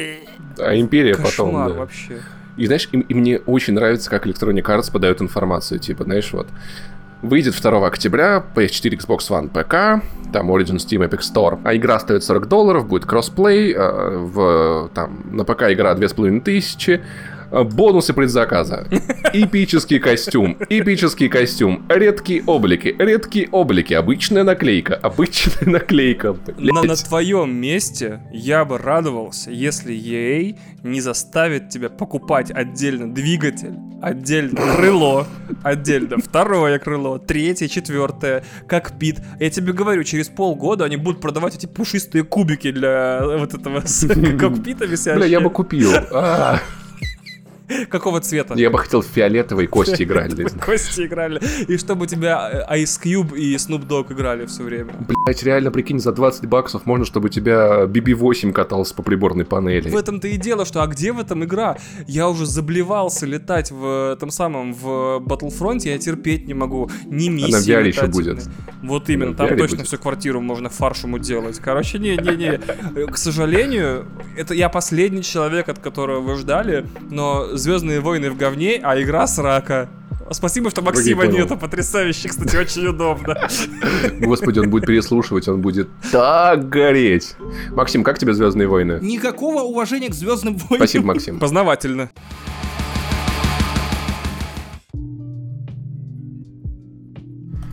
а Империя кошмар потом, да. Вообще. И знаешь, и, и мне очень нравится, как Electronic Arts подает информацию, типа, знаешь, вот. Выйдет второго октября, пи эс четыре, Xbox One, ПК, там Origin, Steam, Epic Store. А игра стоит сорок долларов, будет кроссплей, э, в, там, на ПК игра две тысячи пятьсот, э, бонусы предзаказа, эпический костюм, эпический костюм, редкие облики, редкие облики, обычная наклейка, обычная наклейка. На, на твоем месте я бы радовался, если и эй не заставит тебя покупать отдельно двигатель, отдельно крыло, отдельно второе крыло, третье, четвертое, кокпит. Я тебе говорю, через полгода они будут продавать эти пушистые кубики для вот этого кокпита висящего. Бля, я бы купил. Какого цвета? Я бы хотел фиолетовые, кости играли. Кости играли. И чтобы у тебя Ice Cube и Snoop Dogg играли все время. Блять, реально, прикинь, за двадцать баксов можно, чтобы у тебя би би восемь катался по приборной панели. В этом-то и дело, что а где в этом игра? Я уже заблевался летать в этом самом, в Battlefront, я терпеть не могу. Ни миссии. Она в ви ар еще будет. Вот именно, там точно будет. Всю квартиру можно фаршему делать. Короче, не-не-не. К сожалению, это я последний человек, от которого вы ждали, но Звездные войны в говне, а игра срака. Спасибо, что Максима нету, потрясающе, кстати, очень удобно. Господи, он будет переслушивать, он будет так гореть. Максим, как тебе Звездные войны? Никакого уважения к Звездным войнам. Спасибо, Максим. Познавательно.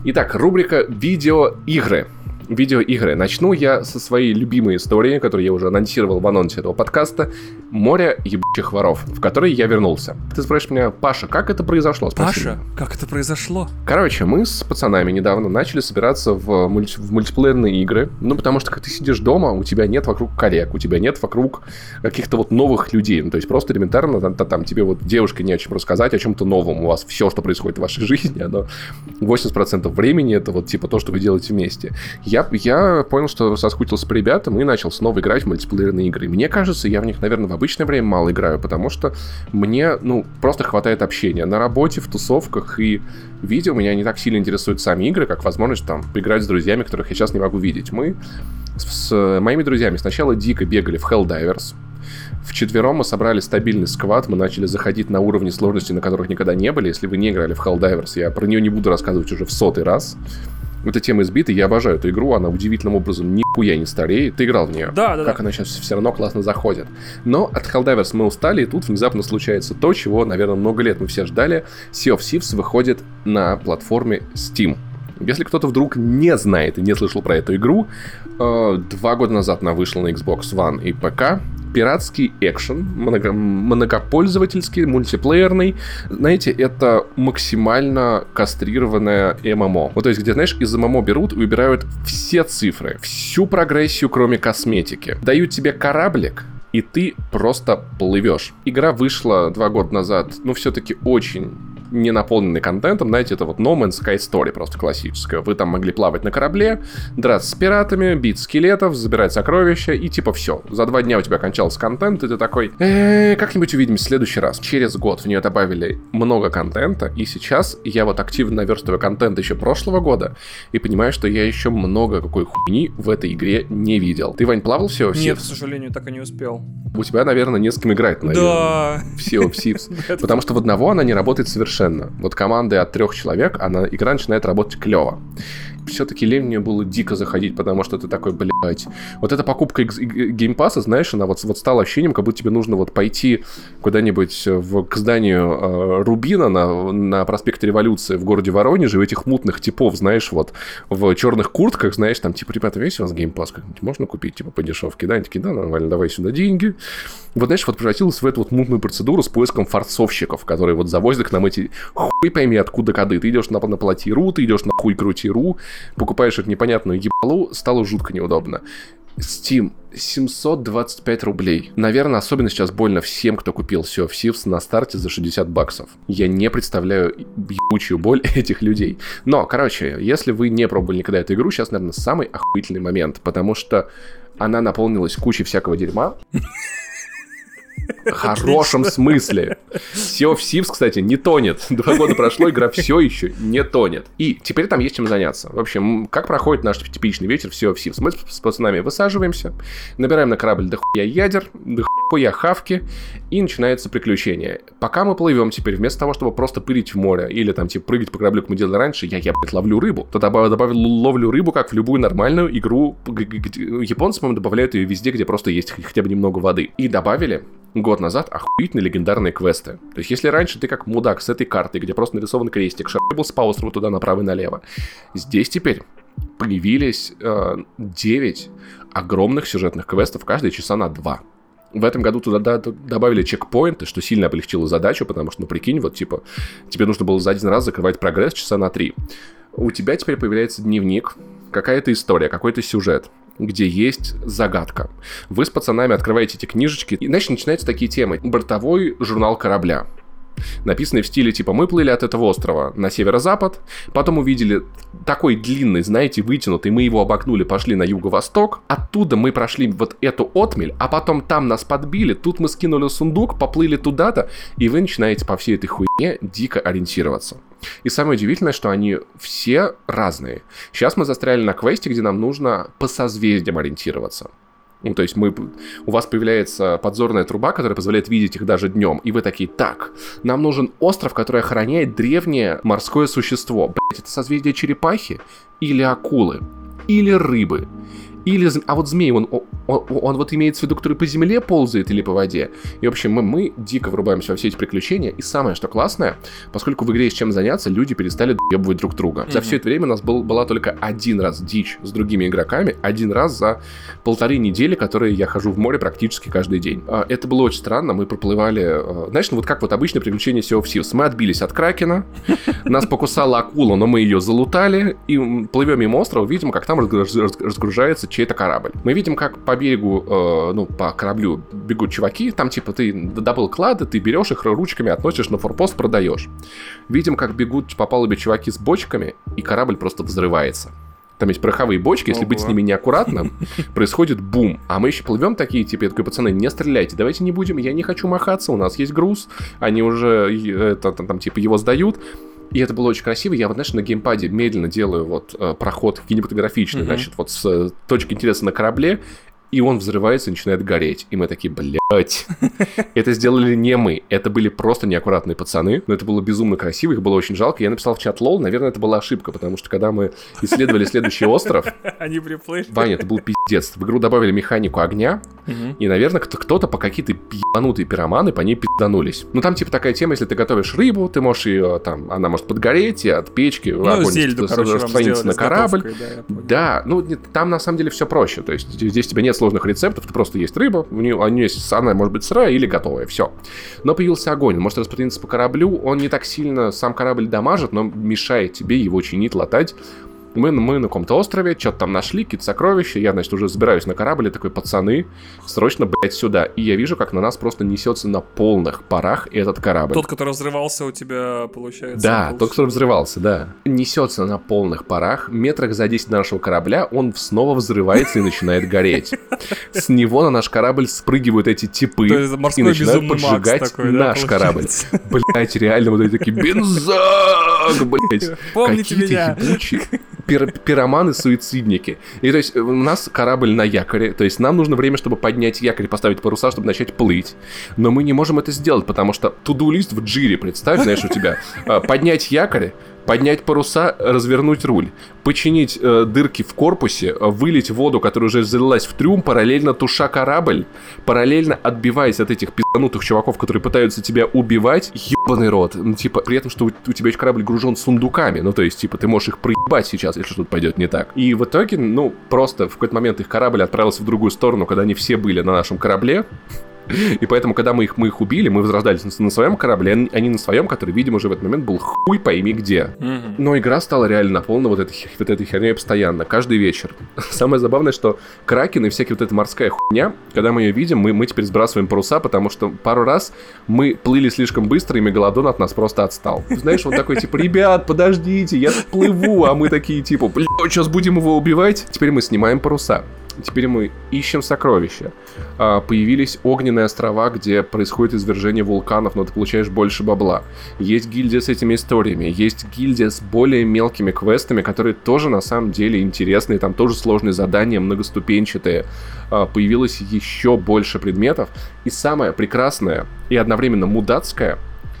Итак, рубрика «Видеоигры». Видеоигры. Начну я со своей любимой истории, которую я уже анонсировал в анонсе этого подкаста. «Море ебучих воров», в которой я вернулся. Ты спрашиваешь меня: Паша, как это произошло? Спроси Паша, меня. как это произошло? Короче, мы с пацанами недавно начали собираться в, мульти- в мультиплеерные игры. Ну, потому что, когда ты сидишь дома, у тебя нет вокруг коллег, у тебя нет вокруг каких-то вот новых людей. Ну, то есть просто элементарно там, там тебе вот девушка не о чем рассказать, о чем-то новом. У вас все, что происходит в вашей жизни, оно восемьдесят процентов времени это вот типа то, что вы делаете вместе. Я, я понял, что соскучился по ребятам и начал снова играть в мультиплеерные игры. Мне кажется, я в них, наверное, в обычное время мало играю, потому что мне, ну, просто хватает общения. На работе, в тусовках и видео меня не так сильно интересуют сами игры, как возможность там поиграть с друзьями, которых я сейчас не могу видеть. Мы с, с моими друзьями сначала дико бегали в Helldivers. Вчетвером мы собрали стабильный сквад, мы начали заходить на уровни сложности, на которых никогда не были. Если вы не играли в Helldivers, я про нее не буду рассказывать уже в сотый раз. Эта тема избита, я обожаю эту игру, она удивительным образом нихуя не стареет. Ты играл в нее? Да, да, Как да. она сейчас все равно классно заходит. Но от Helldivers мы устали, и тут внезапно случается то, чего, наверное, много лет мы все ждали. Sea of Thieves выходит на платформе Steam. Если кто-то вдруг не знает и не слышал про эту игру, э, два года назад она вышла на Xbox One и ПК. Пиратский экшен, много, многопользовательский, мультиплеерный. Знаете, это максимально кастрированное эм эм о. Вот, то есть, где, знаешь, из эм эм о берут и выбирают все цифры, всю прогрессию, кроме косметики. Дают тебе кораблик, и ты просто плывешь. Игра вышла два года назад, ну, все-таки очень не наполненный контентом, знаете, это вот No Man's Sky Story просто классическая. Вы там могли плавать на корабле, драться с пиратами, бить скелетов, забирать сокровища, и типа все. За два дня у тебя кончался контент, и ты такой: э-э, как-нибудь увидимся в следующий раз. Через год в нее добавили много контента, и сейчас я вот активно наверстываю контент еще прошлого года, и понимаю, что я еще много какой хуйни в этой игре не видел. Ты, Вань, плавал в Sea of Thieves? Нет, к сожалению, так и не успел. У тебя, наверное, не с кем играть, наверное. Да. В Sea of Thieves. Потому что в одного она не работает совершенно. Вот команды от трех человек, она, игра начинает работать клево. Все-таки лень мне было дико заходить, потому что ты такой, блядь. Вот эта покупка геймпасса, знаешь, она вот, вот стала ощущением, как будто тебе нужно вот пойти куда-нибудь в, к зданию э, Рубина на, на проспекте Революции в городе Воронеже, у этих мутных типов, знаешь, вот в черных куртках, знаешь, там, типа, ребята, есть у вас геймпасс как-нибудь? Можно купить, типа, по дешевке? Да, они такие: да, нормально, давай сюда деньги. Вот, знаешь, вот превратилась в эту вот мутную процедуру с поиском форцовщиков, которые вот завозят к нам эти хуй пойми откуда коды. Ты идешь на, на плати.ру, ты идешь на хуй крути.ру, покупаешь эту непонятную ебалу, стало жутко неудобно. Steam, семьсот двадцать пять рублей. Наверное, особенно сейчас больно всем, кто купил Sea of Thieves на старте за шестьдесят баксов. Я не представляю ебучую боль этих людей. Но, короче, если вы не пробовали никогда эту игру, сейчас, наверное, самый охуительный момент, потому что она наполнилась кучей всякого дерьма. В хорошем смысле. Sea of Thieves, кстати, не тонет. Два года прошло, игра все еще не тонет. И теперь там есть чем заняться. В общем, как проходит наш типичный вечер в Sea of Thieves? Мы с пацанами высаживаемся, набираем на корабль дохуя ядер, дохуя хавки, и начинается приключение. Пока мы плывем теперь, вместо того, чтобы просто пырить в море или там типа прыгать по кораблю, как мы делали раньше, я, я блядь, ловлю рыбу. То добавил ловлю рыбу, как в любую нормальную игру. Японцы, по-моему, добавляют ее везде, где просто есть хотя бы немного воды. И добавили год назад охуительные легендарные квесты. То есть, если раньше ты как мудак с этой картой, где просто нарисован крестик, шарбался по острову туда направо и налево, здесь теперь появились э, девять огромных сюжетных квестов, каждые часа на два. В этом году туда добавили чекпоинты, что сильно облегчило задачу, потому что, ну, прикинь, вот, типа, тебе нужно было за один раз закрывать прогресс часа на три. У тебя теперь появляется дневник, какая-то история, какой-то сюжет, где есть загадка. Вы с пацанами открываете эти книжечки, и дальше начинаются такие темы. Бортовой журнал корабля, написанный в стиле типа: мы плыли от этого острова на северо-запад, потом увидели такой длинный, знаете, вытянутый, мы его обогнули, пошли на юго-восток, оттуда мы прошли вот эту отмель, а потом там нас подбили, тут мы скинули сундук, поплыли туда-то, и вы начинаете по всей этой хуйне дико ориентироваться. И самое удивительное, что они все разные. Сейчас мы застряли на квесте, где нам нужно по созвездиям ориентироваться. Ну, то есть мы, у вас появляется подзорная труба, которая позволяет видеть их даже днем. И вы такие: так, нам нужен остров, который охраняет древнее морское существо. Блять, это созвездие черепахи? Или акулы? Или рыбы? Или, а вот змей, он, он, он, он вот имеется в виду, который по земле ползает или по воде. И, в общем, мы, мы дико врубаемся во все эти приключения. И самое, что классное, поскольку в игре есть чем заняться, люди перестали доебывать друг друга. Mm-hmm. За все это время у нас был, была только один раз дичь с другими игроками, один раз за полторы недели, которые я хожу в море практически каждый день. Это было очень странно, мы проплывали, знаешь, ну вот как вот обычное приключение Sea of Thieves. Мы отбились от кракена, нас покусала акула, но мы ее залутали, и плывем мимо острова, видим, как там разгружается чей-то корабль. Мы видим, как по берегу, э, ну, по кораблю бегут чуваки, там типа ты добыл клады, ты берешь их ручками, относишь на форпост, продаешь. Видим, как бегут по палубе чуваки с бочками, и корабль просто взрывается. Там есть пороховые бочки, если Ого. быть с ними неаккуратным, происходит бум. А мы еще плывем такие, типа, я такой, пацаны, не стреляйте, давайте не будем, я не хочу махаться, у нас есть груз, они уже, это, там, там, типа, его сдают. И это было очень красиво. Я вот, знаешь, на геймпаде медленно делаю вот э, проход кинематографичный, mm-hmm. значит, вот с э, точки интереса на корабле, и он взрывается и начинает гореть. И мы такие, блядь, это сделали не мы, это были просто неаккуратные пацаны, но это было безумно красиво, их было очень жалко. Я написал в чат лол, наверное, это была ошибка, потому что когда мы исследовали следующий остров, они приплыли. Ваня, это был пиздец. В игру добавили механику огня, и, наверное, кто-то по какие-то ебанутые пироманы по ней пизданулись. Ну, там типа такая тема, если ты готовишь рыбу, ты можешь ее там, она может подгореть, и от печки ну, огонь зельду, короче, распространиться на корабль. Да, да, ну, там на самом деле все проще, то есть здесь у тебя нет сложных рецептов, ты просто есть рыба, у нее, у нее есть, она может быть сырая или готовая, все. Но появился огонь, он может распространиться по кораблю, он не так сильно сам корабль дамажит, но мешает тебе его чинить, латать. Мы, мы на каком-то острове, что-то там нашли, какие-то сокровища, я, значит, уже забираюсь на корабль, и такой, пацаны, срочно, блядь, сюда. И я вижу, как на нас просто несется на полных парах этот корабль. Тот, который взрывался у тебя, получается? Да, получается. тот, который взрывался, да. Несется на полных парах, метрах за десять до нашего корабля, он снова взрывается и начинает гореть. С него на наш корабль спрыгивают эти типы и начинают поджигать наш корабль. Блядь, реально вот эти такие, бензак, блядь. Помните меня. Пир- пироманы-суицидники. И то есть у нас корабль на якоре, то есть нам нужно время, чтобы поднять якорь, поставить паруса, чтобы начать плыть. Но мы не можем это сделать, потому что to-do-лист в джире, представь, знаешь, у тебя поднять якорь, поднять паруса, развернуть руль, починить э, дырки в корпусе, вылить воду, которая уже залилась в трюм, параллельно туша корабль, параллельно отбиваясь от этих пизданутых чуваков, которые пытаются тебя убивать. Ёбаный рот. Ну, типа, при этом, что у, у тебя корабль гружен сундуками. Ну, то есть, типа, ты можешь их проебать сейчас, если что-то пойдет не так. И в итоге, ну, просто в какой-то момент их корабль отправился в другую сторону, когда они все были на нашем корабле. И поэтому, когда мы их, мы их убили, мы возрождались на, на своем корабле, они на своем, который, видимо, уже в этот момент был хуй пойми где. Mm-hmm. Но игра стала реально наполнена вот этой, вот этой херней постоянно, каждый вечер. Самое забавное, что кракен и всякая вот эта морская хуйня, когда мы ее видим, мы, мы теперь сбрасываем паруса, потому что пару раз мы плыли слишком быстро, и мегалодон от нас просто отстал. Знаешь, он такой, типа, ребят, подождите, я плыву, а мы такие, типа, блядь, сейчас будем его убивать. Теперь мы снимаем паруса. Теперь мы ищем сокровища. А, появились огненные острова, где происходит извержение вулканов, но ты получаешь больше бабла. Есть гильдия с этими историями. Есть гильдия с более мелкими квестами, которые тоже на самом деле интересные. Там тоже сложные задания, многоступенчатые. А, появилось еще больше предметов. И самое прекрасное и одновременно мудацкое,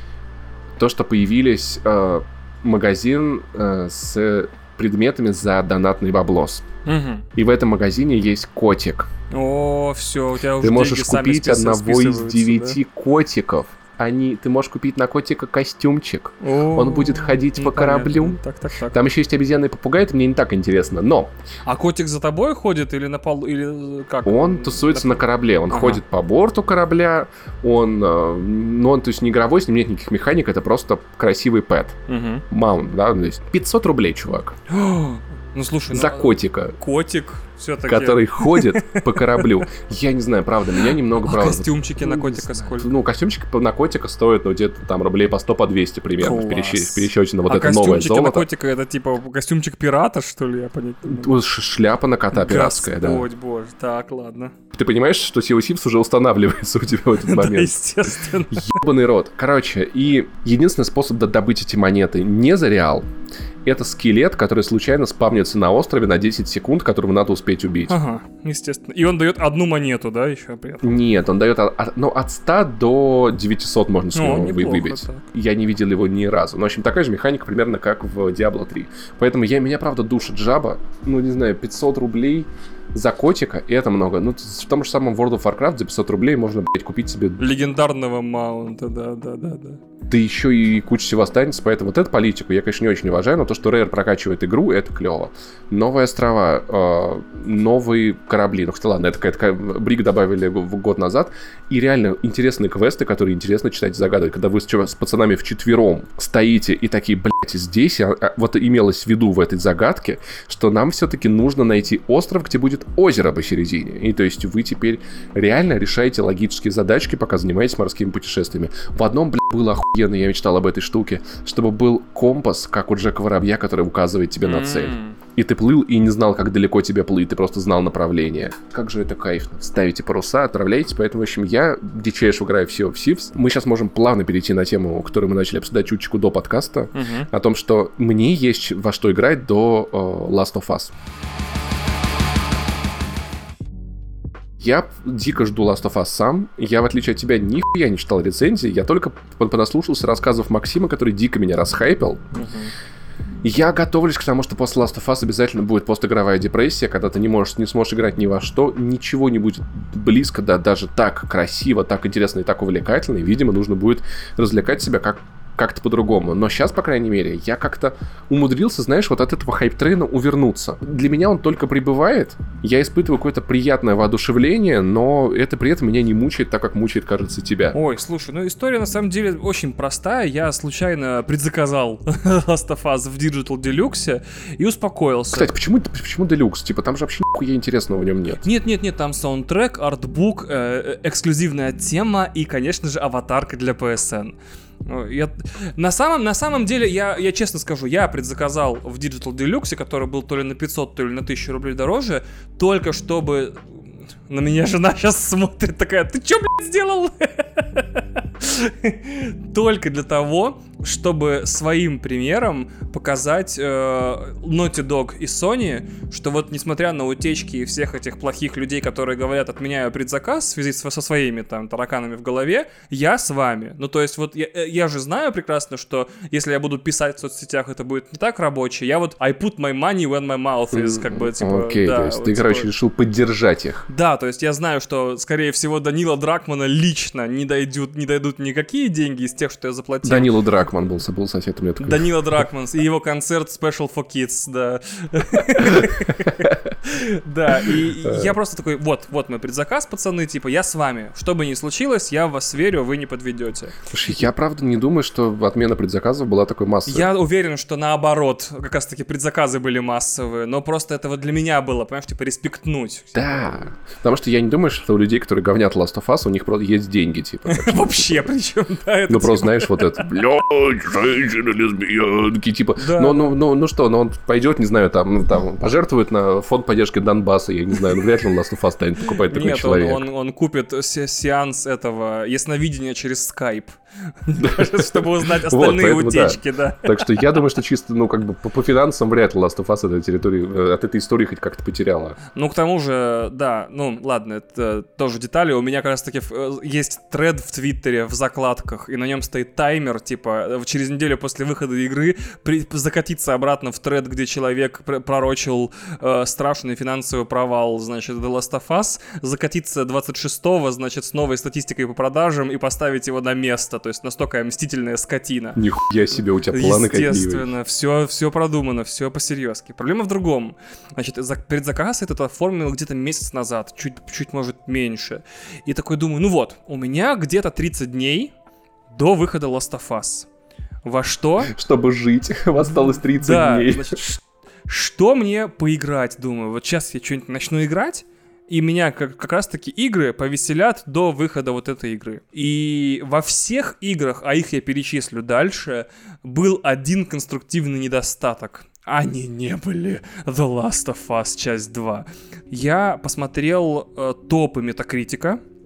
то, что появились а, магазин а, с предметами за донатный баблос. Угу. И в этом магазине есть котик. О, все, у тебя уже ты можешь купить спис- одного из девяти да? котиков. Они, ты можешь купить на котика костюмчик. О, он будет ходить ну, по кораблю. Так, так, так. Там еще есть обезьяны и попугай, это мне не так интересно, но... А котик за тобой ходит или на полу, или как? Он тусуется на, на корабле, он ага. ходит по борту корабля, он, ну, он, то есть не игровой, с ним нет никаких механик, это просто красивый пэт. Угу. Маунт, да, то есть пятьсот рублей, чувак. Ну, слушай, за ну, котика. Котик, все-таки. Который ходит по кораблю. Я не знаю, правда, меня немного... А правда, костюмчики на котика сколько? Ну, костюмчики на котика стоят, ну, где-то там рублей по сто, по двести примерно в, пересчете, в пересчете на вот а это новое золото. А костюмчики на котика, это типа костюмчик пирата, что ли, я понять не могу? Шляпа на кота пиратская, да. Господь боже, так, ладно. Ты понимаешь, что Sea of Thieves уже устанавливается у тебя в этот момент? Да, естественно. Ебаный рот. Короче, и единственный способ добыть эти монеты не за реал, это скелет, который случайно спавнится на острове на десять секунд, которого надо успеть убить. Ага, естественно. И он дает одну монету, да, еще при этом? Нет, он дает от, от, ну, от ста до девятисот можно с него ну, выбить. Так. Я не видел его ни разу. Но, в общем, такая же механика примерно как в Diablo три. Поэтому я, меня, правда, душит жаба. Ну, не знаю, пятьсот рублей За котика, и это много. Ну, в том же самом World of Warcraft за пятьсот рублей можно, блядь, купить себе... Легендарного маунта, да-да-да-да. Да еще и куча всего останется, поэтому вот эту политику я, конечно, не очень уважаю, но то, что Rare прокачивает игру, это клево. Новые острова, э, новые корабли, ну, хотя ладно, это какая-то Бриг добавили год назад, и реально интересные квесты, которые интересно читать и загадывать, когда вы с пацанами вчетвером стоите и такие, блядь, здесь, а, а, вот имелось в виду в этой загадке, что нам все-таки нужно найти остров, где будет озеро посередине, и то есть вы теперь реально решаете логические задачки, пока занимаетесь морскими путешествиями. В одном, блядь, было охуенно, я мечтал об этой штуке, чтобы был компас, как у Джека Воробья, который указывает тебе на цель. И ты плыл и не знал, как далеко тебе плыть, ты просто знал направление. Как же это кайфно. Ставите паруса, отправляйтесь, поэтому, в общем, я дичайше играю в Sea of Thieves. Мы сейчас можем плавно перейти на тему, которую мы начали обсуждать чуточку до подкаста, uh-huh. о том, что мне есть во что играть до uh, Last of Us. Я дико жду Last of Us сам. Я, в отличие от тебя, нихуя не читал рецензии. Я только понаслушался рассказов Максима, который дико меня расхайпил. Uh-huh. Я готовлюсь к тому, что после Last of Us обязательно будет постигровая депрессия, когда ты не можешь, не сможешь играть ни во что, ничего не будет близко, да, даже так красиво, так интересно и так увлекательно, и, видимо, нужно будет развлекать себя как как-то по-другому. Но сейчас, по крайней мере, я как-то умудрился, знаешь, вот от этого хайп-трейна увернуться. Для меня он только прибывает, я испытываю какое-то приятное воодушевление, но это при этом меня не мучает так, как мучает, кажется, тебя. Ой, слушай, ну история на самом деле очень простая. Я случайно предзаказал Last of Us в Digital Deluxe и успокоился. Кстати, почему, почему Deluxe? Типа, там же вообще нихуя интересного в нем нет. Нет-нет-нет, там саундтрек, артбук, э, эксклюзивная тема и, конечно же, аватарка для пи эс эн. Я, на, самом, на самом деле, я, я честно скажу, я предзаказал в Digital Deluxe, который был то ли на пятьсот, то ли на тысячу рублей дороже, только чтобы... На меня жена сейчас смотрит такая, ты чё, блядь, сделал? Только для того, чтобы своим примером показать э, Naughty Dog и Sony, что вот несмотря на утечки и всех этих плохих людей, которые говорят, отменяю предзаказ в связи со своими там тараканами в голове, я с вами. Ну то есть вот я, я же знаю прекрасно, что если я буду писать в соцсетях, это будет не так рабоче. Я вот I put my money when my mouth is, как бы типа... Окей, okay, да, то есть вот, ты, типа... короче, решил поддержать их. Да, то есть я знаю, что, скорее всего, Данила Дракмана лично не дойдут, не дойдут никакие деньги из тех, что я заплатил. Данила Дракман был, был соседом. Я такой... Данила Дракман и его концерт Special for Kids, да. Да, и я просто такой, вот, вот мой предзаказ, пацаны, типа, я с вами. Что бы ни случилось, я в вас верю, вы не подведете. Слушай, я правда не думаю, что отмена предзаказов была такой массовой. Я уверен, что наоборот, как раз таки предзаказы были массовые, но просто это вот для меня было, понимаешь, типа, респектнуть. Да, потому что я не думаю, что у людей, которые говнят Last of Us, у них просто есть деньги, типа. Вообще, причем, да, это... Ну, просто, знаешь, вот это, блядь, женщины, лесбиянки, типа, ну, ну, ну, ну что, ну он пойдет, не знаю, там, там, пожертвует на фонд поддержки Донбасса, я не знаю, ну, вряд ли он Last of Us станет покупать такой Нет, человек. Нет, он, он, он купит се- сеанс этого ясновидения через скайп, чтобы узнать остальные утечки, да. Так что я думаю, что чисто, ну, как бы, по финансам вряд ли Last of Us от территории, от этой истории хоть как-то потеряла. Ну, к тому же, да, ну, ладно, это тоже детали. У меня как раз-таки есть тред в Твиттере в закладках, и на нем стоит таймер, типа, через неделю после выхода игры при, закатиться обратно в тред, где человек пр- пророчил э, страшный финансовый провал, значит, The Last of Us, закатиться двадцать шестого, значит, с новой статистикой по продажам и поставить его на место. То есть настолько мстительная скотина. Нихуя себе, у тебя планы какие. Естественно, все, все продумано, все по-серьезки. Проблема в другом. Значит, за, предзаказ этот оформил где-то месяц назад, чуть, чуть, может, меньше. И такой думаю, ну вот, у меня где-то тридцать дней до выхода Last of Us. Во что? Чтобы жить. Осталось тридцать да, дней. Значит, ш- что мне поиграть, думаю. Вот сейчас я что-нибудь начну играть, и меня как, как раз-таки игры повеселят до выхода вот этой игры. И во всех играх, а их я перечислю дальше, был один конструктивный недостаток. Они не были The Last of Us часть два. Я посмотрел э, топы Метакритика,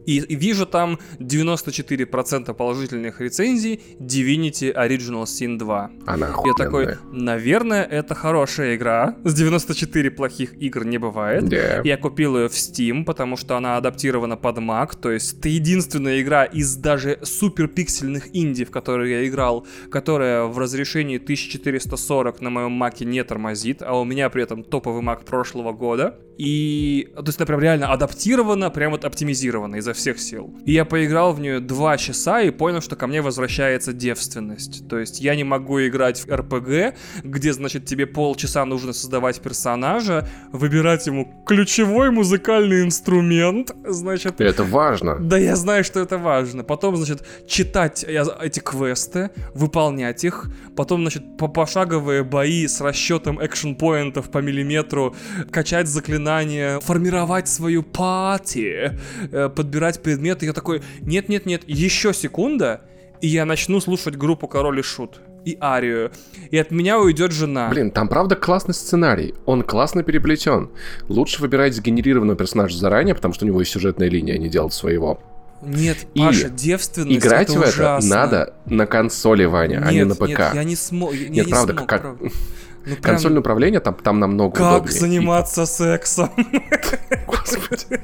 И, и вижу там девяносто четыре процента положительных рецензий Divinity Original Sin два. Она Я такой, наверное, это хорошая игра. С девяноста четырёх плохих игр не бывает. Yeah. Я купил ее в Steam, потому что она адаптирована под Mac. То есть это единственная игра из даже суперпиксельных инди, в которые я играл, которая в разрешении тысяча четыреста сорок на моем Mac'е не тормозит, а у меня при этом топовый Mac прошлого года. И, то есть она прям реально адаптирована, прям вот оптимизирована изо всех сил. И я поиграл в нее два часа и понял, что ко мне возвращается девственность. То есть я не могу играть в эр пи джи, где, значит, тебе полчаса нужно создавать персонажа, выбирать ему ключевой музыкальный инструмент, значит... Это важно. Да, я знаю, что это важно. Потом, значит, читать эти квесты, выполнять их, потом, значит, пошаговые бои с расчетом экшн-поинтов по миллиметру, качать заклинания, формировать свою пати, подбирать предметы. Я такой, нет-нет-нет, еще секунда, и я начну слушать группу Король и Шут и Арию, и от меня уйдет жена. Блин, там правда классный сценарий, он классно переплетен. Лучше выбирать сгенерированного персонажа заранее, потому что у него есть сюжетная линия, а не делать своего. Нет, и Паша, девственность играть это в ужасно. это надо на консоли, Ваня, нет, а не на ПК. Нет, я не смог. Нет, я правда, не смог, как... правда. Ну, прям... Консольное управление там, там намного как удобнее. Как заниматься и... сексом? Господи.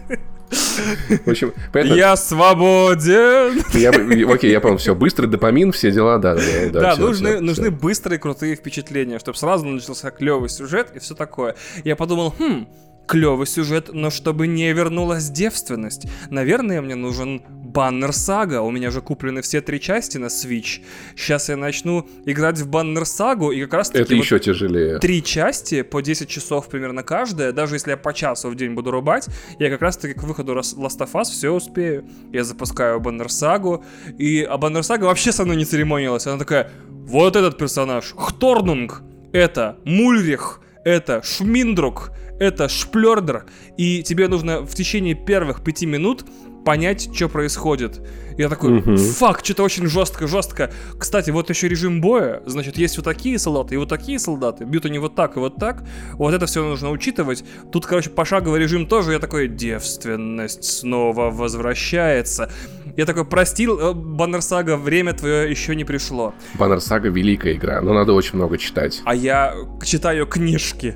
В общем, поэтому... Я свободен! Я, окей, я понял, все, быстрый допамин, все дела, да. Да, да, да все, нужны, все, нужны все. быстрые крутые впечатления, чтобы сразу начался клевый сюжет и все такое. Я подумал, хм, клевый сюжет, но чтобы не вернулась девственность, наверное, мне нужен Banner Saga. У меня же куплены все три части на Switch. Сейчас я начну играть в Banner Saga, и как раз таки это вот еще тяжелее. Три части по десять часов примерно каждая. Даже если я по часу в день буду рубать, я как раз таки к выходу Last of Us все успею. Я запускаю Banner Saga, и а Banner Saga вообще со мной не церемонилась. Она такая, вот этот персонаж, Хторнунг, это Мульрих, это Шминдрук, это Шплёрдер, и тебе нужно в течение первых пяти минут понять, что происходит. Я такой, угу. фак, что-то очень жестко, жестко. Кстати, вот еще режим боя. Значит, есть вот такие солдаты и вот такие солдаты. Бьют они вот так и вот так. Вот это все нужно учитывать. Тут, короче, пошаговый режим тоже. Я такой, девственность снова возвращается. Я такой, простил, Banner Saga, время твое еще не пришло. Banner Saga великая игра, но надо очень много читать. А я читаю книжки.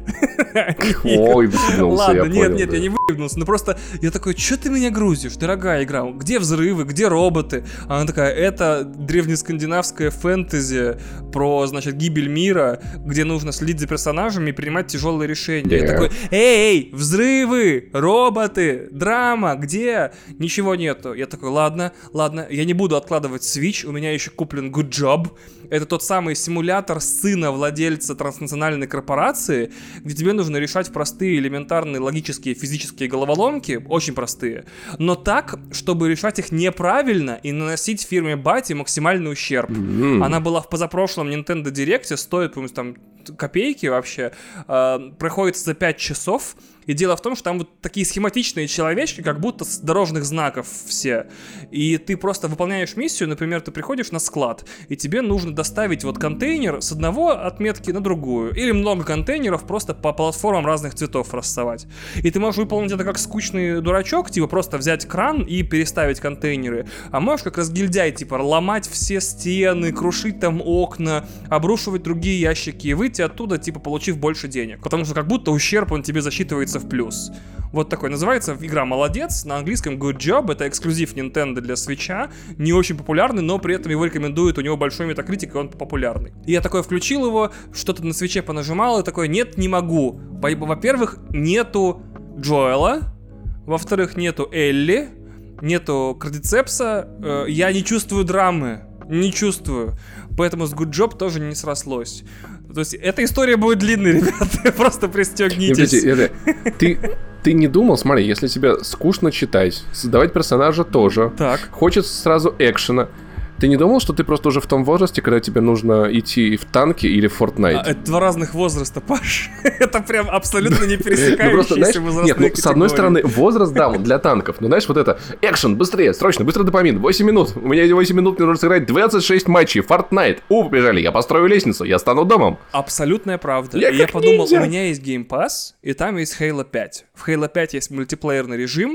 Ой, выебнулся, Ладно, я нет, понял, нет, да. я не выебнулся. Ну просто я такой, что ты меня грузишь, дорогая игра? Где взрывы, где роботы? Она такая, это древнескандинавское фэнтези про, значит, гибель мира, где нужно следить за персонажами и принимать тяжелые решения. Yeah. Я такой, эй, взрывы, роботы, драма, где? Ничего нету. Я такой, ладно, ладно, я не буду откладывать Switch, у меня еще куплен Good Job. Это тот самый симулятор сына владельца транснациональной корпорации, где тебе нужно решать простые, элементарные, логические, физические головоломки, очень простые, но так, чтобы решать их неправильно и наносить фирме Бати максимальный ущерб. Mm-hmm. Она была в позапрошлом Nintendo Direct, стоит, по-моему, там копейки вообще, э, проходит за пять часов. И дело в том, что там вот такие схематичные человечки, как будто с дорожных знаков все. И ты просто выполняешь миссию, например, ты приходишь на склад, и тебе нужно доставить вот контейнер с одного отметки на другую. Или много контейнеров просто по платформам разных цветов рассовать. И ты можешь выполнить это как скучный дурачок, типа просто взять кран и переставить контейнеры. А можешь как разгильдяй, типа ломать все стены, крушить там окна, обрушивать другие ящики и выйти оттуда, типа получив больше денег. Потому что как будто ущерб он тебе засчитывается в плюс. Вот такой. Называется игра «Молодец». На английском Good Job. Это эксклюзив Nintendo для Switch'а. Не очень популярный, но при этом его рекомендуют. У него большой метакритик, и он популярный. И я такой включил его, что-то на Switch'е понажимал, и такой, нет, не могу. Во-первых, нету Джоэла. Во-вторых, нету Элли. Нету Кардицепса. Э, я не чувствую драмы. Не чувствую. Поэтому с Good Job тоже не срослось. То есть эта история будет длинной, ребята. Просто пристегнитесь. Не, подожди, это, ты, ты не думал, смотри, если тебе скучно читать, создавать персонажа тоже, так. хочется сразу экшена, ты не думал, что ты просто уже в том возрасте, когда тебе нужно идти в танки или в Fortnite? А, это два разных возраста, Паш. Это прям абсолютно не пересекающиеся возрастные Нет, ну, с одной стороны, возраст, да, он для танков. Но знаешь, вот это, экшен, быстрее, срочно, быстро допамин, восемь минут. У меня восемь минут, мне нужно сыграть двадцать шесть матчей, Fortnite. У, побежали, я построю лестницу, я стану домом. Абсолютная правда. Я, я подумал, ниндзя. У меня есть Game Pass, и там есть Halo пять. В Halo пять есть мультиплеерный режим,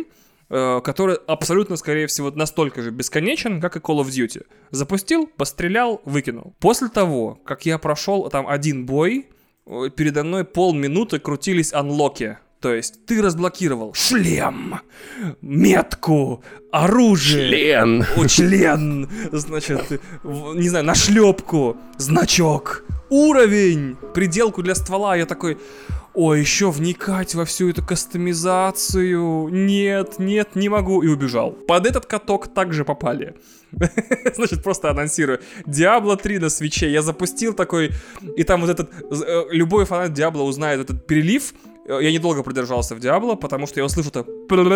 который абсолютно, скорее всего, настолько же бесконечен, как и Call of Duty. Запустил, пострелял, выкинул. После того, как я прошел там один бой, передо мной полминуты крутились анлоки. То есть ты разблокировал шлем, метку, оружие. Член. О, член. Значит, не знаю, нашлепку, значок, уровень, приделку для ствола. Я такой... Ой, еще вникать во всю эту кастомизацию. Нет, нет, не могу. И убежал. Под этот каток также попали. Значит, просто анонсирую. Диабло три на свитче. Я запустил такой... И там вот этот... Любой фанат Диабло узнает этот перелив. Я недолго продержался в Диабло, потому что я услышал это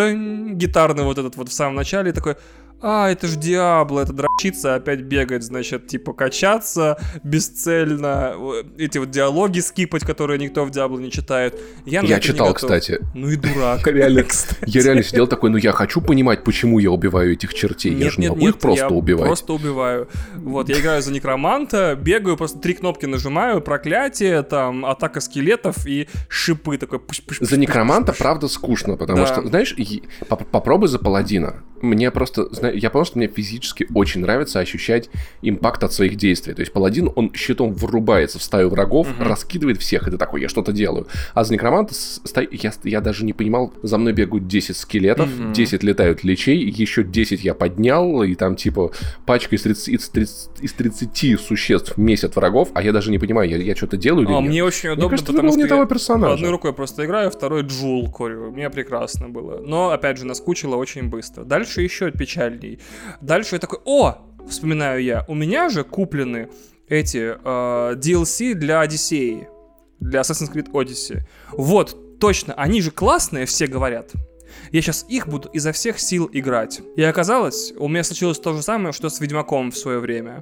гитарный вот этот вот в самом начале. И такой... А, это же Диабло, это дрочиться, опять бегать, значит, типа качаться бесцельно, эти вот диалоги скипать, которые никто в Диабло не читает. Я, я читал, кстати. Ну и дурак. Реально, я реально сидел такой, ну я хочу понимать, почему я убиваю этих чертей. Нет, я же не нет, могу нет, их просто я убивать. просто убиваю. Вот, я играю за некроманта, бегаю, просто три кнопки нажимаю, проклятие, там, атака скелетов и шипы такой. Пуш-пуш-пуш. За некроманта, правда, скучно, потому да. что, знаешь, попробуй за паладина. Мне просто, я понял, что мне физически очень нравится ощущать импакт от своих действий. То есть паладин, он щитом врубается в стаю врагов, uh-huh. раскидывает всех, и ты такой, я что-то делаю. А за некроманта ста... я, я даже не понимал, за мной бегают десять скелетов, uh-huh. десять летают лечей, еще десять я поднял, и там типа пачка из тридцати, из тридцати, из тридцати существ месят врагов, а я даже не понимаю, я, я что-то делаю или а, нет. Мне очень удобно, мне кажется, потому что не я того персонажа. одной рукой просто играю, второй джул корю. Мне прекрасно было. Но, опять же, наскучило очень быстро. Дальше еще печальней. Дальше я такой, о, вспоминаю я, у меня же куплены эти э, ди эл си для Одиссеи, для Assassin's Creed Odyssey. Вот, точно, они же классные, все говорят. Я сейчас их буду изо всех сил играть. И оказалось, у меня случилось то же самое, что с Ведьмаком в свое время.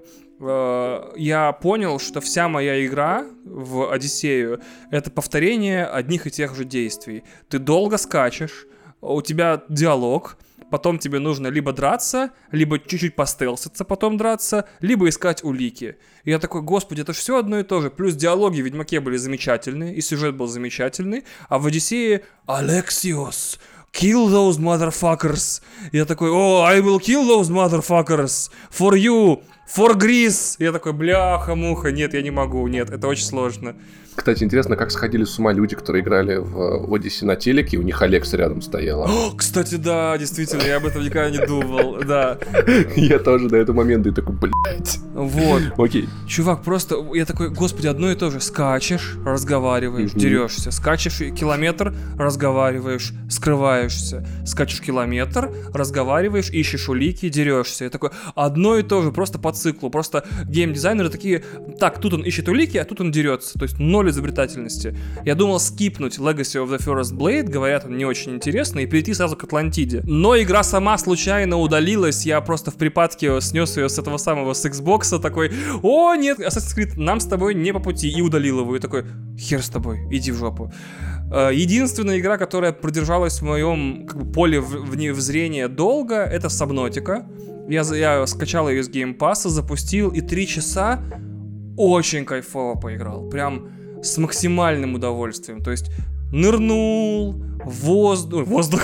Э, я понял, что вся моя игра в Одиссею — это повторение одних и тех же действий. Ты долго скачешь, у тебя диалог, потом тебе нужно либо драться, либо чуть-чуть постелситься, потом драться, либо искать улики. И я такой, господи, это же все одно и то же. Плюс диалоги в Ведьмаке были замечательные, и сюжет был замечательный, а в Одиссее Алексиос, kill those motherfuckers. И я такой, о, I will kill those motherfuckers for you, for Greece. И я такой, бляха-муха, нет, я не могу, нет, это очень сложно. Кстати, интересно, как сходили с ума люди, которые играли в Odyssey на телеке, у них Алекса рядом стояла. О, кстати, да, действительно, я об этом никогда не думал, да. Я тоже до этого момента и такой, блядь. Вот. Окей. Чувак, просто, я такой, господи, одно и то же. Скачешь, разговариваешь, mm-hmm. дерешься. Скачешь километр, разговариваешь, скрываешься. Скачешь километр, разговариваешь, ищешь улики, дерешься. Я такой, одно и то же, просто по циклу. Просто геймдизайнеры такие, так, тут он ищет улики, а тут он дерется. То есть ноль изобретательности. Я думал скипнуть Legacy of the First Blade, говорят, он не очень интересный, и перейти сразу к Атлантиде. Но игра сама случайно удалилась, я просто в припадке снес ее с этого самого с Xbox, такой, о, нет, Assassin's Creed, нам с тобой не по пути, и удалил его, и такой, хер с тобой, иди в жопу. Единственная игра, которая продержалась в моем как бы, поле в зрения долго, это Subnautica. Я, я скачал ее из Game Pass, запустил, и три часа очень кайфово поиграл. Прям с максимальным удовольствием. То есть нырнул, воздух... Воздух?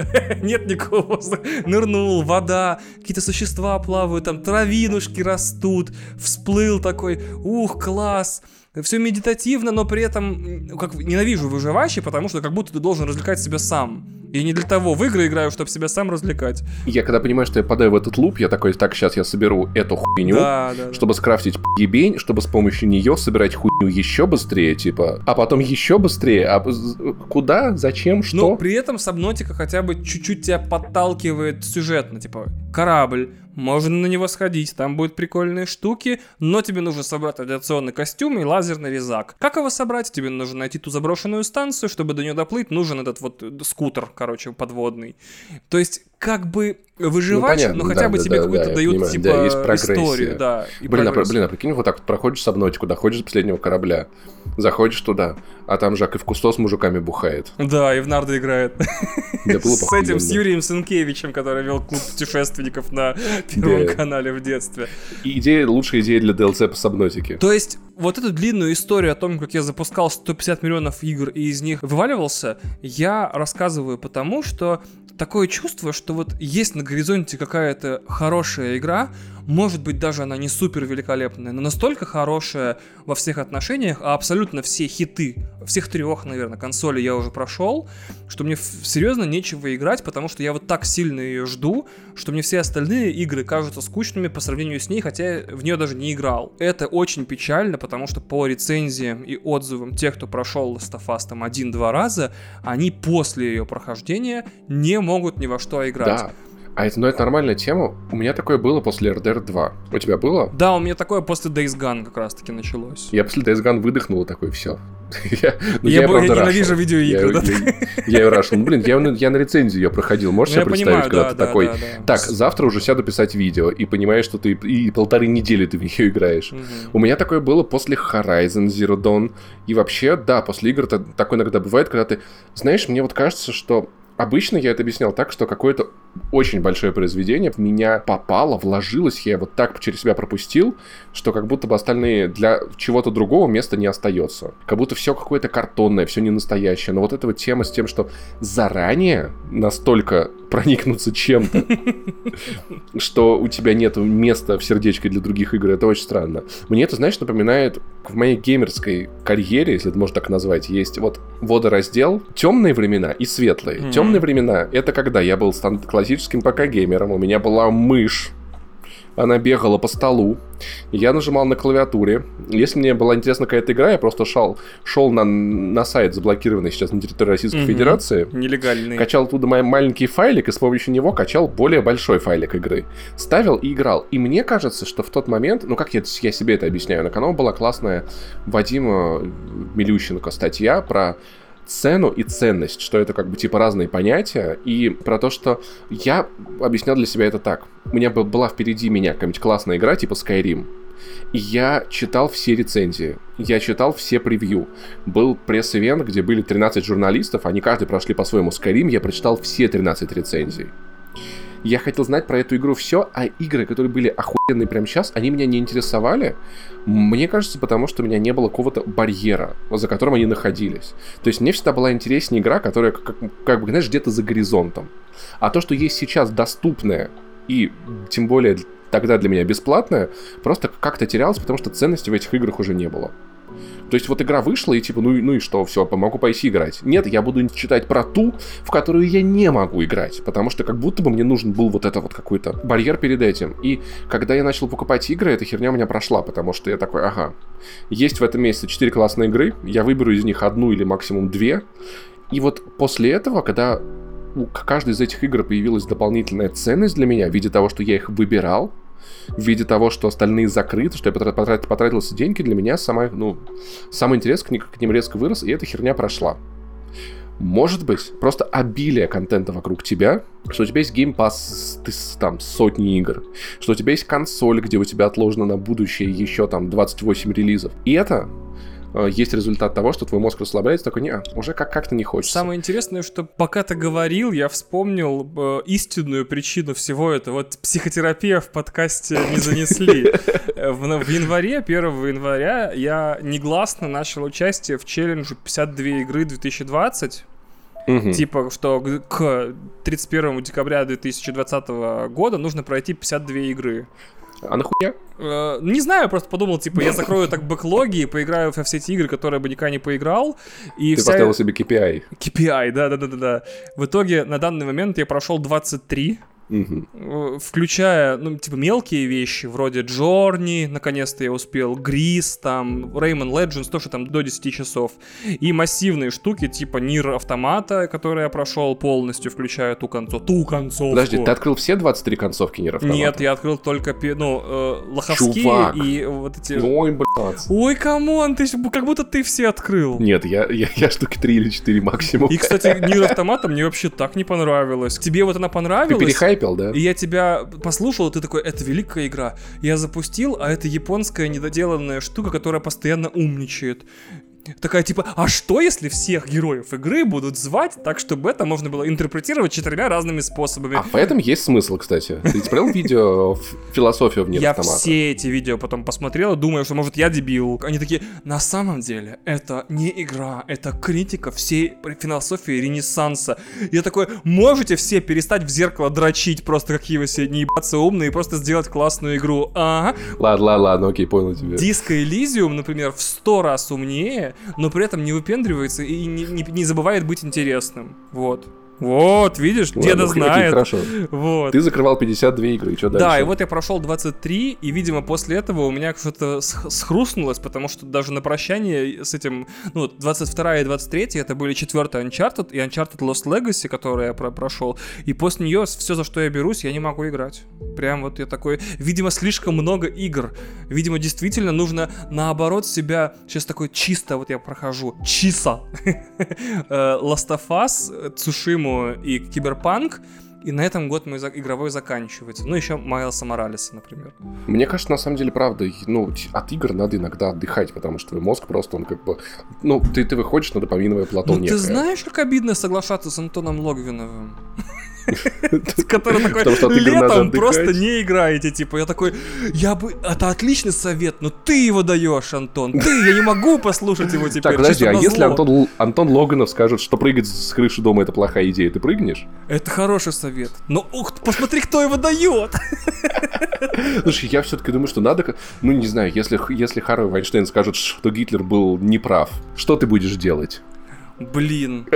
Нет никакого воздуха. Нырнул, вода, какие-то существа плавают, там травинушки растут. Всплыл такой, ух, класс. Все медитативно, но при этом как ненавижу выживающий, потому что как будто ты должен развлекать себя сам. И не для того в игры играю, чтобы себя сам развлекать. Я когда понимаю, что я попадаю в этот луп, я такой, так, сейчас я соберу эту хуйню, да, да, чтобы да. скрафтить ебень, чтобы с помощью нее собирать хуйню еще быстрее, типа, а потом еще быстрее. А куда? Зачем? Что? Но при этом Subnautica хотя бы чуть-чуть тебя подталкивает сюжетно, типа, корабль, можно на него сходить, там будут прикольные штуки, но тебе нужно собрать радиационный костюм и лазерный резак. Как его собрать? Тебе нужно найти ту заброшенную станцию, чтобы до нее доплыть, нужен этот вот скутер, короче, подводный. То есть, как бы выживать, ну, но хотя да, бы да, тебе да, какую-то да, дают, понимаю, типа, да, есть историю. Да, и блин, а, блин, а прикинь, вот так вот проходишь Subnautica, доходишь до последнего корабля, заходишь туда, а там Жак Ивкусто с мужиками бухает. Да, и в нарды играет. Да, было с этим, с Юрием Сенкевичем, который вел клуб путешественников на Первом канале в детстве. И идея, лучшая идея для ди эл си по Subnautica. То есть, вот эту длинную историю о том, как я запускал сто пятьдесят миллионов игр и из них вываливался, я рассказываю потому, что такое чувство, что вот есть на горизонте какая-то хорошая игра, может быть, даже она не супер великолепная, но настолько хорошая во всех отношениях, а абсолютно все хиты, всех трех, наверное, консолей я уже прошел, что мне серьезно нечего играть, потому что я вот так сильно ее жду, что мне все остальные игры кажутся скучными по сравнению с ней, хотя я в нее даже не играл. Это очень печально, потому что по рецензиям и отзывам тех, кто прошел Last of Us там один-два раза, они после ее прохождения не могут ни во что играть. Да. А это, ну, это нормальная тема. У меня такое было после эр ди ар два. У тебя было? Да, у меня такое после Days Gone как раз-таки началось. Я после Days Gone выдохнул и такой, все. Я, ну, я, я, бо, правда, я ненавижу видеоигры, я, да? Я, я ее рашил. Ну, блин, я, я на рецензии ее проходил. Можешь ну, себе представить, понимаю, когда да, ты да, такой, да, да. так, завтра уже сяду писать видео, и понимаешь, что ты и полторы недели ты в нее играешь. Угу. У меня такое было после Horizon Zero Dawn. И вообще, да, после игр такое иногда бывает, когда ты... Знаешь, мне вот кажется, что... Обычно я это объяснял так, что какое-то очень большое произведение в меня попало, вложилось, я вот так через себя пропустил, что как будто бы остальные для чего-то другого места не остается. Как будто все какое-то картонное, все не настоящее. Но вот эта вот тема с тем, что заранее настолько проникнуться чем-то, что у тебя нет места в сердечке для других игр, это очень странно. Мне это, знаешь, напоминает, в моей геймерской карьере, если это можно так назвать, есть вот водораздел темные времена и светлые. Mm-hmm. Темные времена — это когда я был классическим ПК-геймером, у меня была мышь, она бегала по столу, я нажимал на клавиатуре. Если мне была интересна какая-то игра, я просто шел, шел на, на сайт, заблокированный сейчас на территории Российской mm-hmm. Федерации. Нелегальный. Качал оттуда мой маленький файлик, и с помощью него качал более большой файлик игры. Ставил и играл. И мне кажется, что в тот момент, ну как я, я себе это объясняю, на канале была классная Вадима Милющенко статья про цену и ценность, что это как бы типа разные понятия, и про то, что я объяснял для себя это так. У меня была впереди меня какая-нибудь классная игра типа Skyrim, и я читал все рецензии, я читал все превью. Был пресс-ивент, где были тринадцать журналистов, они каждый прошли по-своему Skyrim, я прочитал все тринадцать рецензий. Я хотел знать про эту игру все, а игры, которые были охуенные прямо сейчас, они меня не интересовали. Мне кажется, потому что у меня не было какого-то барьера, за которым они находились. То есть мне всегда была интереснее игра, которая, как, как бы, знаешь, где-то за горизонтом. А то, что есть сейчас доступное, и тем более тогда для меня бесплатное, просто как-то терялось, потому что ценности в этих играх уже не было. То есть вот игра вышла, и типа, ну, ну и что, все, помогу пойти играть. Нет, я буду читать про ту, в которую я не могу играть, потому что как будто бы мне нужен был вот это вот какой-то барьер перед этим. И когда я начал покупать игры, эта херня у меня прошла, потому что я такой, ага, есть в этом месяце четыре классные игры, я выберу из них одну или максимум две. И вот после этого, когда у каждой из этих игр появилась дополнительная ценность для меня в виде того, что я их выбирал, в виде того, что остальные закрыты, что я потратил, потратился деньги, для меня сама, ну, самый интерес к, к ним резко вырос, и эта херня прошла. Может быть, просто обилие контента вокруг тебя, что у тебя есть геймпасс, там, сотни игр, что у тебя есть консоль, где у тебя отложено на будущее еще там двадцать восемь релизов. И это есть результат того, что твой мозг расслабляется, такой, не, уже как- как-то не хочется. Самое интересное, что пока ты говорил, я вспомнил э, истинную причину всего этого. Вот психотерапия в подкасте не занесли. В, в январе, первого января, я негласно начал участие в челлендже пятьдесят две игры две тысячи двадцать. Угу. Типа, что к тридцать первого декабря две тысячи двадцатого года нужно пройти пятьдесят две игры. А нахуя? Э, не знаю, просто подумал, типа, я закрою так бэклоги и поиграю во все эти игры, которые бы никогда не поиграл. И Ты вся... поставил себе кей пи ай. кей пи ай, да-да-да-да. В итоге, на данный момент я прошел двадцать три. Угу. Включая, ну, типа, мелкие вещи, вроде Journey, наконец-то я успел, Gris, там, Rayman Legends, то, что там до десяти часов, и массивные штуки, типа Nier Automata, который я прошел полностью, включая ту концовку. Ту концовку. Подожди, ты открыл все двадцать три концовки Nier Automata? Нет, я открыл только, ну, э, лоховские. Чувак. И вот эти... Ой, блядь. Ой, камон, ты как будто ты все открыл. Нет, я, я, я штуки три или четыре максимум. И, кстати, Nier Automata мне вообще так не понравилась. Тебе вот она понравилась? Ты перехайпил? Да? И я тебя послушал, и ты такой, это великая игра. Я запустил, а это японская недоделанная штука, которая постоянно умничает. такая типа, а что если всех героев игры будут звать так, чтобы это можно было интерпретировать четырьмя разными способами? А в этом есть смысл, кстати. Ты смотрел видео «Философию в Нир Я Автомата»? все эти видео потом посмотрел, думаю, что, может, я дебил. Они такие, на самом деле, это не игра, это критика всей философии Ренессанса. Я такой, можете все перестать в зеркало дрочить, просто какие вы все не ебаться умные, и просто сделать классную игру? Ага. Ладно, ладно, ладно, окей, понял тебя. Диско Elysium, например, в сто раз умнее, но при этом не выпендривается и не, не, не забывает быть интересным. Вот. Вот, видишь, Ладно, деда окей, знает. хорошо. Вот. Ты закрывал пятьдесят две игры, и что дальше? Да, и вот я прошел двадцать три, и, видимо, после этого у меня что-то схрустнулось, потому что даже на прощание с этим, ну, двадцать вторая и двадцать третья это были четвертый Uncharted и Uncharted Lost Legacy, который я про- прошел, и после нее все, за что я берусь, я не могу играть. Прям вот я такой, видимо, слишком много игр. Видимо, действительно нужно, наоборот, себя, сейчас такой чисто, вот я прохожу, чисто, Last of Us, Tsushima и Киберпанк, и на этом год мой за- игровой заканчивается. Ну, еще Майлса Моралеса, например. Мне кажется, на самом деле, правда, ну, от игр надо иногда отдыхать, потому что твой мозг просто, он как бы... Ну, ты, ты выходишь на допаминовое плато Ну, некое. ты знаешь, как обидно соглашаться с Антоном Логвиновым? Который такой, Потому что от игр надо летом отдыхать. просто не играете, типа, я такой, я бы, это отличный совет, но ты его даешь, Антон, ты, я не могу послушать его теперь. Так, подожди, чисто а назло. если Антон, Л- Антон Логвинов скажет, что прыгать с крыши дома это плохая идея, ты прыгнешь? Это хороший совет, но ух, посмотри, кто его дает. Слушай, я все-таки думаю, что надо... как- Ну, не знаю, если, если Харви Вайнштейн скажет, что Гитлер был неправ, что ты будешь делать? Блин.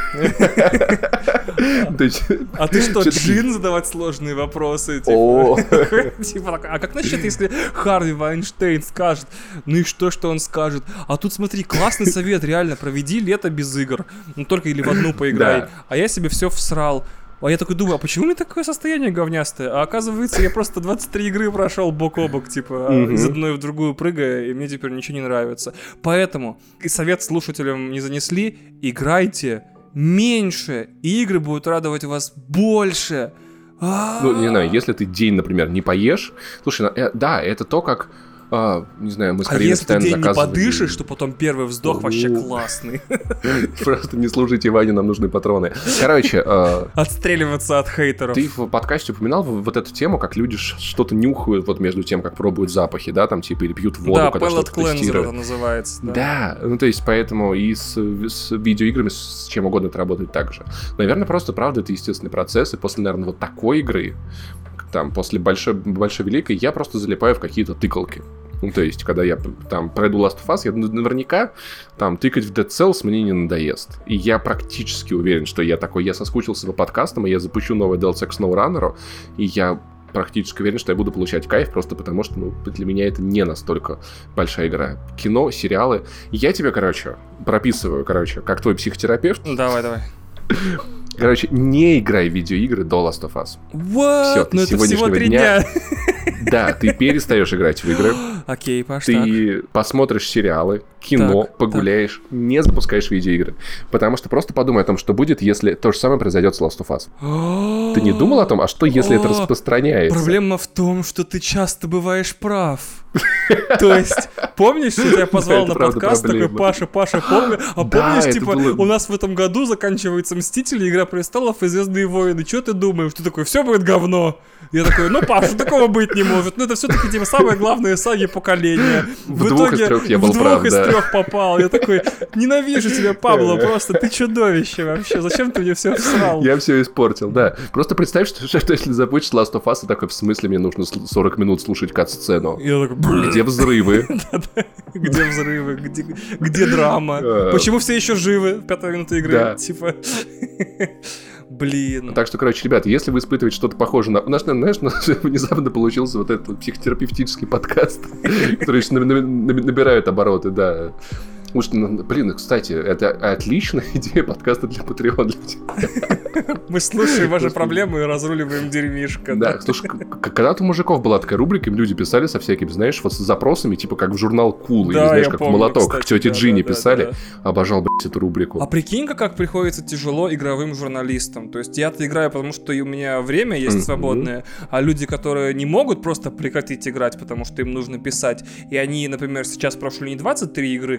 То есть- А ты что, всё-таки- Джин задавать сложные вопросы? О. Типа, Типа так, а как насчет, если Харви Вайнштейн скажет, ну и что, что он скажет? А тут смотри, классный совет, реально, проведи лето без игр. Ну только или в одну поиграй. Да. А я себе все всрал. А я такой думаю, а почему у меня такое состояние говнястое? А оказывается, я просто двадцать три игры прошел бок о бок, типа, Мгм. из одной в другую прыгая, и мне теперь ничего не нравится. Поэтому, и совет слушателям не занесли, играйте меньше, и игры будут радовать вас больше. А-а-а. Ну, не знаю, если ты день, например, не поешь... Слушай, на- э, да, это то, как... а, не знаю, мы с А Кариной если ты постоянно день не заказывали- подышишь, то потом первый вздох вообще О. классный. Просто не служите Ване, нам нужны патроны. Короче, э, Отстреливаться от хейтеров. ты в подкасте упоминал в- вот эту тему, как люди ш- что-то нюхают вот между тем, как пробуют запахи, да, там типа или пьют воду, Да, когда Palette что-то Cleanser тестируют. это называется. Да. Да, ну то есть поэтому и с, с видеоиграми, с чем угодно это работает так же. Наверное, просто, правда, это естественный процесс, и после, наверное, вот такой игры, там, после большой, большой великой, я просто залипаю в какие-то тыкалки. Ну, то есть, когда я там пройду Last of Us, я наверняка там тыкать в Dead Cells мне не надоест. И я практически уверен, что я такой, я соскучился по подкастам, и я запущу новый Deus Ex SnowRunner, и я практически уверен, что я буду получать кайф, просто потому что, ну, для меня это не настолько большая игра. Кино, сериалы. Я тебе, короче, прописываю, короче, как твой психотерапевт. Давай, давай. Короче, не играй в видеоигры до Last of Us. What? Всё, ты Ну это всего сегодняшнего три дня- дня. Да, ты перестаешь играть в игры, Окей, Паш, так. ты посмотришь сериалы, кино, Так, погуляешь, не запускаешь видеоигры. Потому что просто подумай о том, что будет, если то же самое произойдет с Last of Us. Ты не думал о том, а что, если это О, распространяется? Проблема в том, что ты часто бываешь прав. То есть, помнишь, что я позвал Это на правда подкаст, такой, проблема. Паша, Паша, помню, а Да, помнишь, это типа, было- у нас в этом году заканчивается Мстители, Игра престолов и Звездные войны, что ты думаешь? Ты такой, все будет говно. Я такой, ну, Паша, такого быть не может. Ну, это все-таки, типа, самые главные саги поколения. В двух из трёх я был в двух прав, из да. трех попал. Я такой, ненавижу тебя, Пабло, просто ты чудовище вообще. Зачем ты мне все всрал? Я все испортил, да. Просто представь, что, что если запустишь Last of Us, и такой, в смысле, мне нужно сл- сорок минут слушать кат-сцену. Я такой, блин. Где взрывы? Где взрывы, где, где драма? Э, Почему все еще живы в пятой минуте игры? Да. Типа. Блин. Так что, короче, ребята, если вы испытываете что-то похожее на... У нас, знаешь, у нас внезапно получился вот этот психотерапевтический подкаст, который сейчас наби- наби- набирает обороты, да. Уж, ну, блин, кстати, это отличная идея подкаста для Patreon. Мы слушаем ваши проблемы и разруливаем дерьмишко. Да, слушай, к- к- когда-то у мужиков была такая рубрика, им люди писали со всякими, знаешь, вот с запросами, типа как в журнал Кул, или, Да, знаешь, я как помню, в Молоток, кстати, к тете да, Джинни да, да, писали. да. Обожал, блядь, эту рубрику. А прикинь-ка, как приходится тяжело игровым журналистам. То есть я-то играю, потому что и у меня время есть Мгм. свободное, а люди, которые не могут просто прекратить играть, потому что им нужно писать, и они, например, сейчас прошли не двадцать три игры, к, к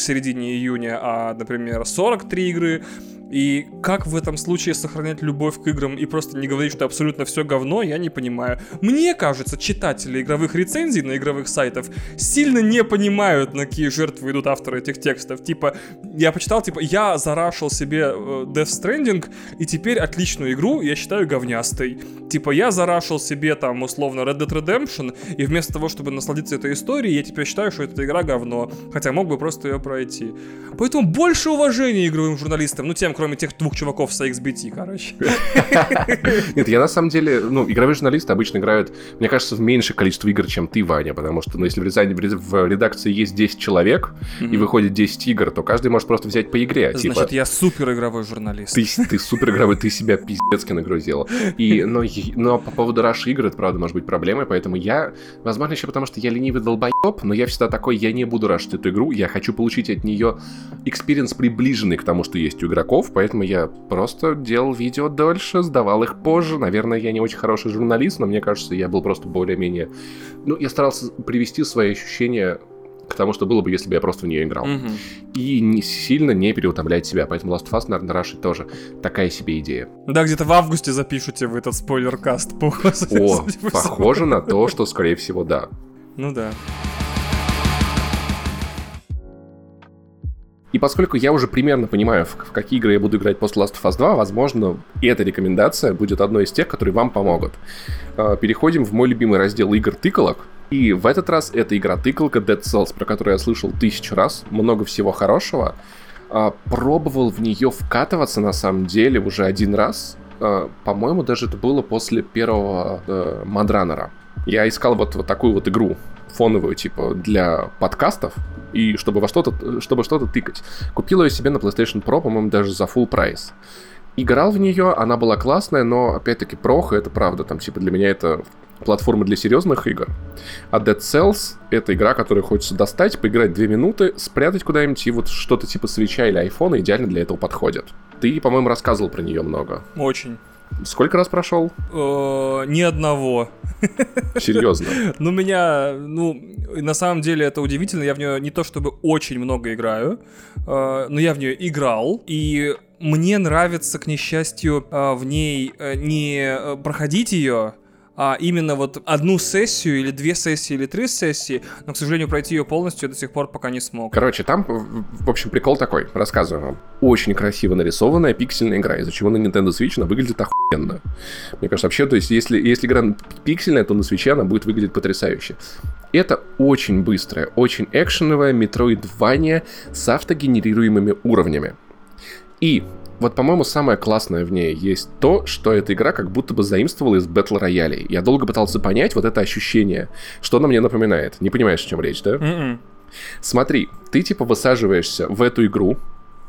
середине июня, а, например, сорок три игры. И как в этом случае сохранять любовь к играм и просто не говорить, что абсолютно все говно, я не понимаю. Мне кажется, читатели игровых рецензий на игровых сайтах сильно не понимают, на какие жертвы идут авторы этих текстов. Типа, я почитал, типа, я зарашил себе э, Death Stranding, и теперь отличную игру я считаю говнястой. Типа, я зарашил себе, там, условно, Red Dead Redemption, и вместо того, чтобы насладиться этой историей, я теперь считаю, что эта игра говно. Хотя мог бы просто ее пройти. Поэтому больше уважения игровым журналистам, ну, тем, кроме тех двух чуваков с икс би ти, короче. Нет, я на самом деле, ну, игровые журналисты обычно играют, мне кажется, в меньшее количество игр, чем ты, Ваня, потому что, ну, если в редакции есть десять человек, и выходит десять игр, то каждый может просто взять по игре. Значит, я супер игровой журналист. Ты супер игровой, ты себя пиздецки нагрузил. И, но, но по поводу раш игр, это, правда, может быть проблемой, поэтому я, возможно, еще потому, что я ленивый долбоеб, но я всегда такой, я не буду рашить эту игру, я хочу получить от нее экспириенс, приближенный к тому, что есть у игроков, поэтому я просто делал видео дольше, сдавал их позже. Наверное, я не очень хороший журналист, но мне кажется, я был просто более-менее... Ну, я старался привести свои ощущения к тому, что было бы, если бы я просто в нее играл. Mm-hmm. И не сильно не переутомлять себя. Поэтому Last of Us, наверное, рашить тоже такая себе идея. Да, где-то в августе запишите вы этот спойлер-каст. О, похоже на то, что, скорее всего, да. Ну да. И поскольку я уже примерно понимаю, в какие игры я буду играть после Last of Us два, возможно, эта рекомендация будет одной из тех, которые вам помогут. Переходим в мой любимый раздел игр-тыкалок. И в этот раз это игра-тыкалка Dead Cells, про которую я слышал тысячу раз, много всего хорошего. Пробовал в нее вкатываться, на самом деле, уже один раз. По-моему, даже это было после первого Мадраннера. Я искал вот, вот такую вот игру фоновую, типа, для подкастов, и чтобы во что-то, чтобы что-то тыкать. Купил ее себе на PlayStation Pro, по-моему, даже за full прайс. Играл в нее, она была классная, но, опять-таки, проха, это правда, там, типа, для меня это платформа для серьезных игр. А Dead Cells — это игра, которую хочется достать, поиграть две минуты, спрятать куда-нибудь, и вот что-то типа свеча или айфона идеально для этого подходит. Ты, по-моему, рассказывал про нее много. Очень. Сколько раз прошел? Ни одного. Серьезно? Ну, меня, ну, на самом деле это удивительно. Я в нее не то чтобы очень много играю, но я в нее играл. И мне нравится, к несчастью, в ней не проходить ее, а именно вот одну сессию, или две сессии, или три сессии, но, к сожалению, пройти ее полностью я до сих пор пока не смог. Короче, там, в общем, прикол такой, рассказываю вам. Очень красиво нарисованная пиксельная игра, из-за чего на Nintendo Switch она выглядит охуенно. Мне кажется, вообще, то есть, если, если игра пиксельная, то на Switch она будет выглядеть потрясающе. Это очень быстрая, очень экшеновая метроидвания с автогенерируемыми уровнями. И вот, по-моему, самое классное в ней есть то, что эта игра как будто бы заимствовала из Battle Royale. Я долго пытался понять вот это ощущение, что она мне напоминает. Не понимаешь, о чем речь, да? Mm-mm. Смотри, ты типа высаживаешься в эту игру,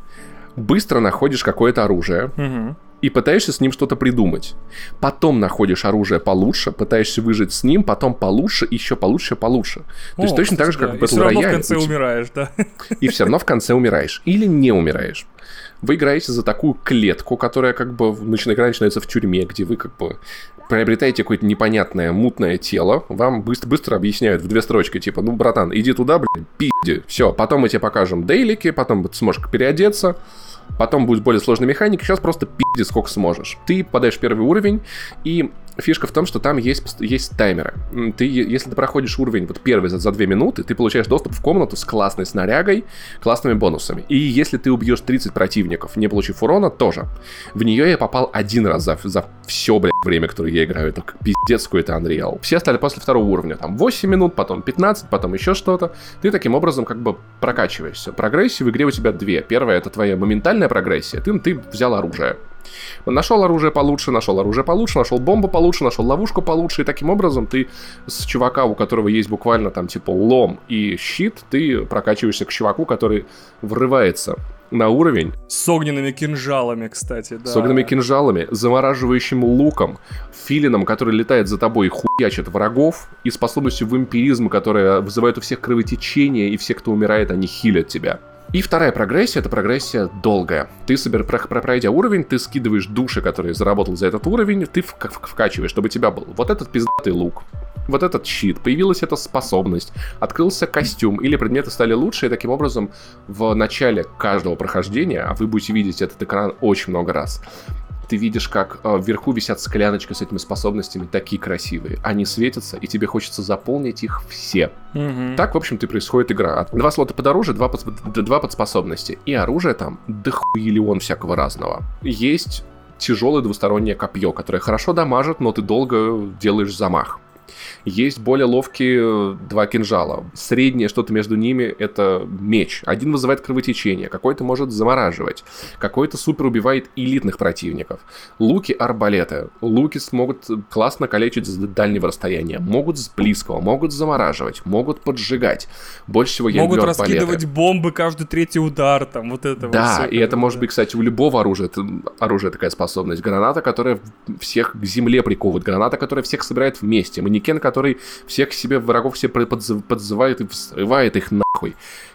быстро находишь какое-то оружие, mm-hmm. и пытаешься с ним что-то придумать. Потом находишь оружие получше, пытаешься выжить с ним, потом получше, еще получше, получше. То О, есть точно кстати, так же, как да. в Battle Royale. И все равно в конце умираешь, да? И все равно в конце умираешь. Или не умираешь. Вы играете за такую клетку, которая как бы игра начинается в тюрьме, где вы как бы приобретаете какое-то непонятное мутное тело. Вам быстро, быстро объясняют в две строчки, типа, ну, братан, иди туда, блядь, пизди. Все, потом мы тебе покажем дейлики, потом сможешь переодеться. Потом будет более сложная механика, сейчас просто пизди сколько сможешь. Ты попадаешь в первый уровень, и фишка в том, что там есть, есть таймеры. Ты, если ты проходишь уровень вот первый за, за две минуты, ты получаешь доступ в комнату с классной снарягой, классными бонусами. И если ты убьешь тридцать противников, не получив урона, тоже. В нее я попал один раз за, за все, блядь, время, которое я играю. Это пиздец какой-то Unreal. Все стали после второго уровня. Там восемь минут, потом пятнадцать, потом еще что-то. Ты таким образом как бы прокачиваешься. Прогрессии в игре у тебя две. Первая — это твоя моментальная прогрессия. Ты, ты взял оружие. Нашел оружие получше, нашел оружие получше, нашел бомбу получше, нашел ловушку получше. И таким образом ты с чувака, у которого есть буквально там типа лом и щит, ты прокачиваешься к чуваку, который врывается на уровень. С огненными кинжалами, кстати, да. С огненными кинжалами, замораживающим луком, филином, который летает за тобой и хуячит врагов, и способностью вампиризма, которая вызывает у всех кровотечение, и все, кто умирает, они хилят тебя. И вторая прогрессия — это прогрессия долгая. Ты, собер, пройдя уровень, ты скидываешь души, которые заработал за этот уровень, ты в- в- вкачиваешь, чтобы у тебя был вот этот пиздатый лук, вот этот щит, появилась эта способность, открылся костюм, или предметы стали лучше, и таким образом в начале каждого прохождения, а вы будете видеть этот экран очень много раз, ты видишь, как э, вверху висят скляночки с этими способностями, такие красивые. Они светятся, и тебе хочется заполнить их все. Mm-hmm. Так, в общем-то, и происходит игра. Два слота под оружие, два под, два под способности. И оружие там дохуелион всякого разного. Есть тяжелое двустороннее копье, которое хорошо дамажит, но ты долго делаешь замах. Есть более ловкие два кинжала. Среднее что-то между ними — это меч. Один вызывает кровотечение, какой-то может замораживать, какой-то супер убивает элитных противников. Луки — арбалеты. Луки смогут классно калечить с дальнего расстояния, могут с близкого, могут замораживать, могут поджигать. Больше всего я могут люблю арбалеты. Могут раскидывать бомбы каждый третий удар, там, вот это да, вот. И это может быть, кстати, у любого оружия, это, оружия такая способность. Граната, которая всех к земле приковывает, граната, которая всех собирает вместе, манекен, который всех к себе врагов себе подзывает и взрывает их нахуй.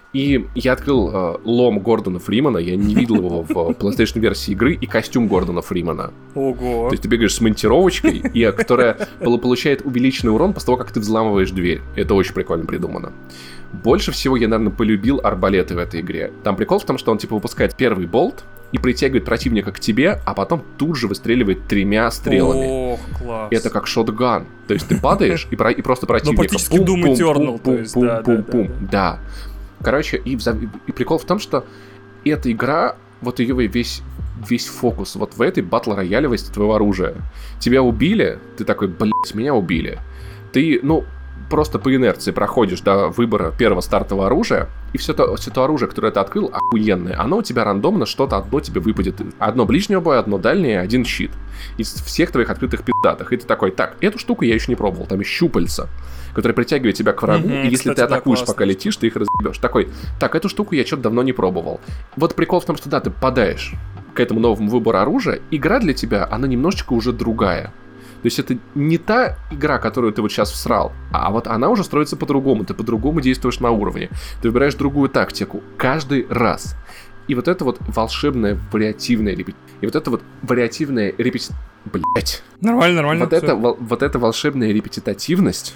И я открыл э, лом Гордона Фримана, я не видел его в PlayStation версии игры, и костюм Гордона Фримана. Ого. То есть ты бегаешь с монтировочкой, и, которая получает увеличенный урон после того, как ты взламываешь дверь. Это очень прикольно придумано. Больше всего я, наверное, полюбил арбалеты в этой игре. Там прикол в том, что он типа выпускает первый болт и притягивает противника к тебе, а потом тут же выстреливает тремя стрелами. Ох, класс. Это как шотган. То есть ты падаешь, и, про, и просто противника... Ну, практически Doom Eternal, то есть, да, да, да. Да. Короче, и, и прикол в том, что эта игра, вот ее весь, весь фокус вот в этой батл-роялевости твоего оружия. Тебя убили, ты такой, блять, меня убили. Ты, ну... просто по инерции проходишь до выбора первого стартового оружия, и все то, все то оружие, которое ты открыл, охуенное. Оно у тебя рандомно что-то одно тебе выпадет. Одно ближнего боя, одно дальнее, один щит. Из всех твоих открытых пиздатых. И ты такой, так, эту штуку я еще не пробовал. Там есть щупальца, которые притягивают тебя к врагу, mm-hmm, и если кстати, ты атакуешь, да, пока летишь, ты их разъебешь. Такой, так, эту штуку я что-то давно не пробовал. Вот прикол в том, что да, ты попадаешь к этому новому выбору оружия, игра для тебя, она немножечко уже другая. То есть это не та игра, которую ты вот сейчас всрал, а вот она уже строится по-другому, ты по-другому действуешь на уровне, ты выбираешь другую тактику каждый раз. И вот это вот волшебная вариативная репетиция. И вот это вот вариативная репетиция... Блять. Нормально, нормально. Вот это, вот эта волшебная репетитативность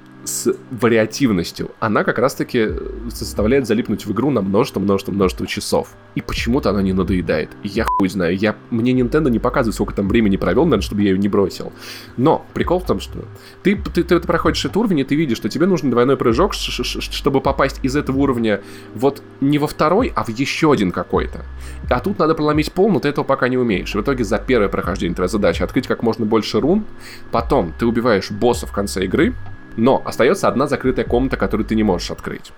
с вариативностью, она как раз-таки заставляет залипнуть в игру на множество-множество-множество часов. И почему-то она не надоедает. И я хуй знаю, я... мне Nintendo не показывает, сколько там времени провел, наверное, чтобы я ее не бросил. Но прикол в том, что ты, ты, ты, ты проходишь этот уровень, и ты видишь, что тебе нужен двойной прыжок, чтобы попасть из этого уровня вот не во второй, а в еще один какой-то. А тут надо проломить пол, но ты этого пока не умеешь. И в итоге за первое прохождение твоя задача открыть как можно больше рун, потом ты убиваешь босса в конце игры, но остается одна закрытая комната, которую ты не можешь открыть.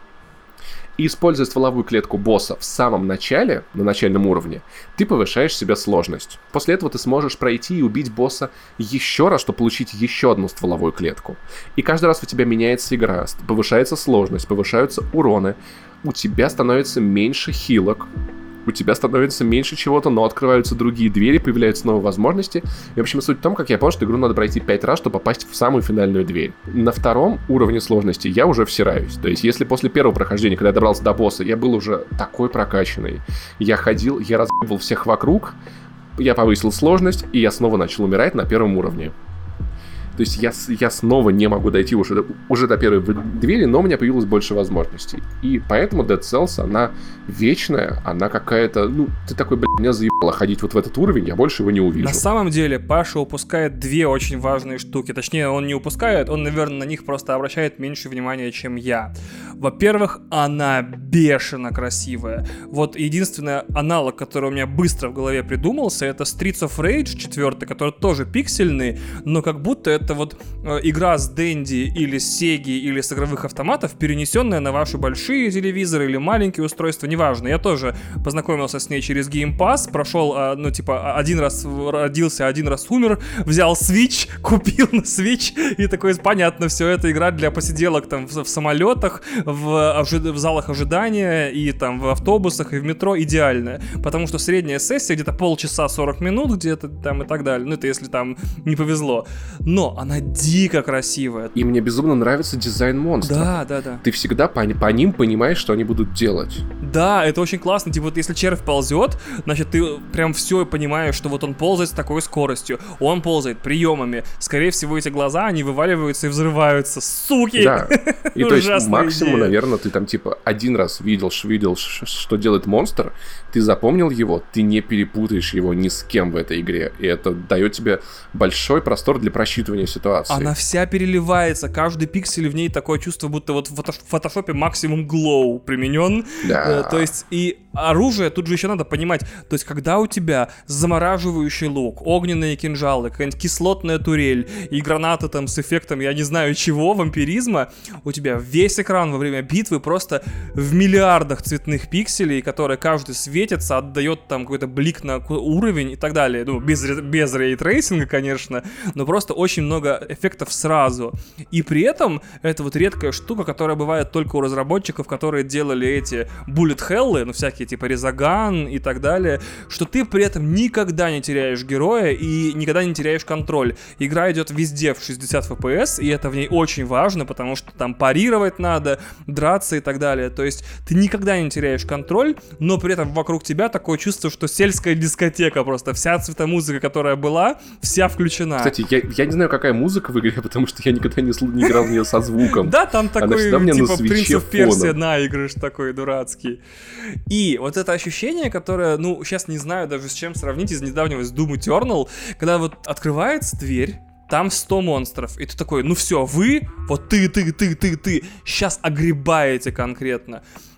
И используя стволовую клетку босса в самом начале, на начальном уровне, ты повышаешь себе сложность. После этого ты сможешь пройти и убить босса еще раз, чтобы получить еще одну стволовую клетку. И каждый раз у тебя меняется игра, повышается сложность, повышаются уроны, у тебя становится меньше хилок, у тебя становится меньше чего-то, но открываются другие двери, появляются новые возможности. И, в общем, суть в том, как я понял, что игру надо пройти пять раз, чтобы попасть в самую финальную дверь. На втором уровне сложности я уже всираюсь. То есть, если после первого прохождения, когда я добрался до босса, я был уже такой прокачанный, я ходил, я разъебывал всех вокруг, я повысил сложность, и я снова начал умирать на первом уровне. То есть я, я снова не могу дойти уже до, уже до первой двери, но у меня появилось больше возможностей. И поэтому Dead Cells, она вечная, она какая-то... Ну, ты такой, блядь, меня заебало ходить вот в этот уровень, я больше его не увижу. На самом деле, Паша упускает две очень важные штуки. Точнее, он не упускает, он, наверное, на них просто обращает меньше внимания, чем я. Во-первых, она бешено красивая. Вот единственный аналог, который у меня быстро в голове придумался, это Streets of Rage четыре, который тоже пиксельный, но как будто это это вот э, игра с Dendy или с Sega или с игровых автоматов, перенесенная на ваши большие телевизоры или маленькие устройства, неважно. Я тоже познакомился с ней через Game Pass, прошел, э, ну, типа, один раз родился, один раз умер, взял Switch, купил на Switch, и такой, понятно, все, это игра для посиделок там в, в самолетах, в, ожи- в залах ожидания, и там в автобусах, и в метро идеальная. Потому что средняя сессия где-то полчаса, сорок минут где-то там и так далее. Ну, это если там не повезло. Но но она дико красивая. И мне безумно нравится дизайн монстров. Да, да, да. Ты всегда по, по ним понимаешь, что они будут делать. Да, это очень классно. Типа вот если червь ползет, значит ты прям все понимаешь, что вот он ползает с такой скоростью, он ползает приемами. Скорее всего, эти глаза, они вываливаются и взрываются. Суки! Да. И то есть максимум, идея. наверное, ты там типа один раз видел, видел, что делает монстр, ты запомнил его, ты не перепутаешь его ни с кем в этой игре. И это дает тебе большой простор для просчитывания ситуации. Она вся переливается, каждый пиксель в ней такое чувство, будто вот в фотошопе максимум глоу применен. Да. То есть и оружие тут же еще надо понимать. То есть когда у тебя замораживающий лук, огненные кинжалы, какая-нибудь кислотная турель и гранаты там с эффектом, я не знаю чего, вампиризма, у тебя весь экран во время битвы просто в миллиардах цветных пикселей, которые каждый светится, отдает там какой-то блик на уровень и так далее. Ну, без, без рейтрейсинга, конечно, но просто очень много эффектов сразу. И при этом это вот редкая штука, которая бывает только у разработчиков, которые делали эти bullet hell'ы, ну, всякие типа Резаган и так далее, что ты при этом никогда не теряешь героя и никогда не теряешь контроль. Игра идет везде в шестьдесят эф пи эс, и это в ней очень важно, потому что там парировать надо, драться и так далее. То есть ты никогда не теряешь контроль, но при этом вокруг тебя такое чувство, что сельская дискотека просто. Вся цветомузыка, которая была, вся включена. Кстати, я, я не знаю, какая музыка в игре, потому что я никогда не, сл- не играл в нее со звуком. Да, там такой, типа, Принц оф фоном. Персия наигрыш такой дурацкий. И вот это ощущение, которое, ну, сейчас не знаю даже с чем сравнить из недавнего, с Doom Eternal, когда вот открывается дверь, там сто монстров, и ты такой, ну все, вы, вот ты, ты, ты, ты, ты, сейчас огребаете конкретно.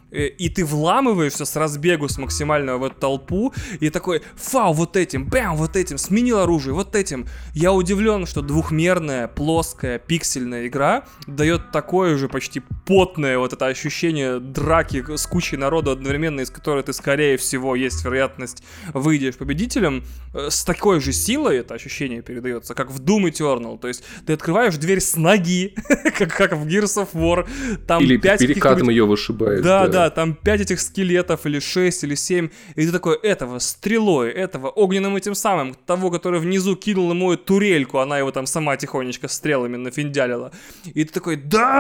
И ты вламываешься с разбегу, с максимального в эту толпу, и такой, фау, вот этим, бэм, вот этим, сменил оружие, вот этим. Я удивлен, что двухмерная, плоская, пиксельная игра дает такое же почти потное вот это ощущение драки с кучей народу одновременно, из которой ты, скорее всего, есть вероятность, выйдешь победителем. С такой же силой это ощущение передается, как в Doom Eternal. То есть ты открываешь дверь с ноги, как, как в Gears of War. Там или пять перекатом ее вышибает. Да, да. Да, там пять этих скелетов, или шесть, или семь, и ты такой, этого стрелой, этого огненным этим самым, того, который внизу кинул ему турельку, она его там сама тихонечко стрелами нафиндялила. И ты такой,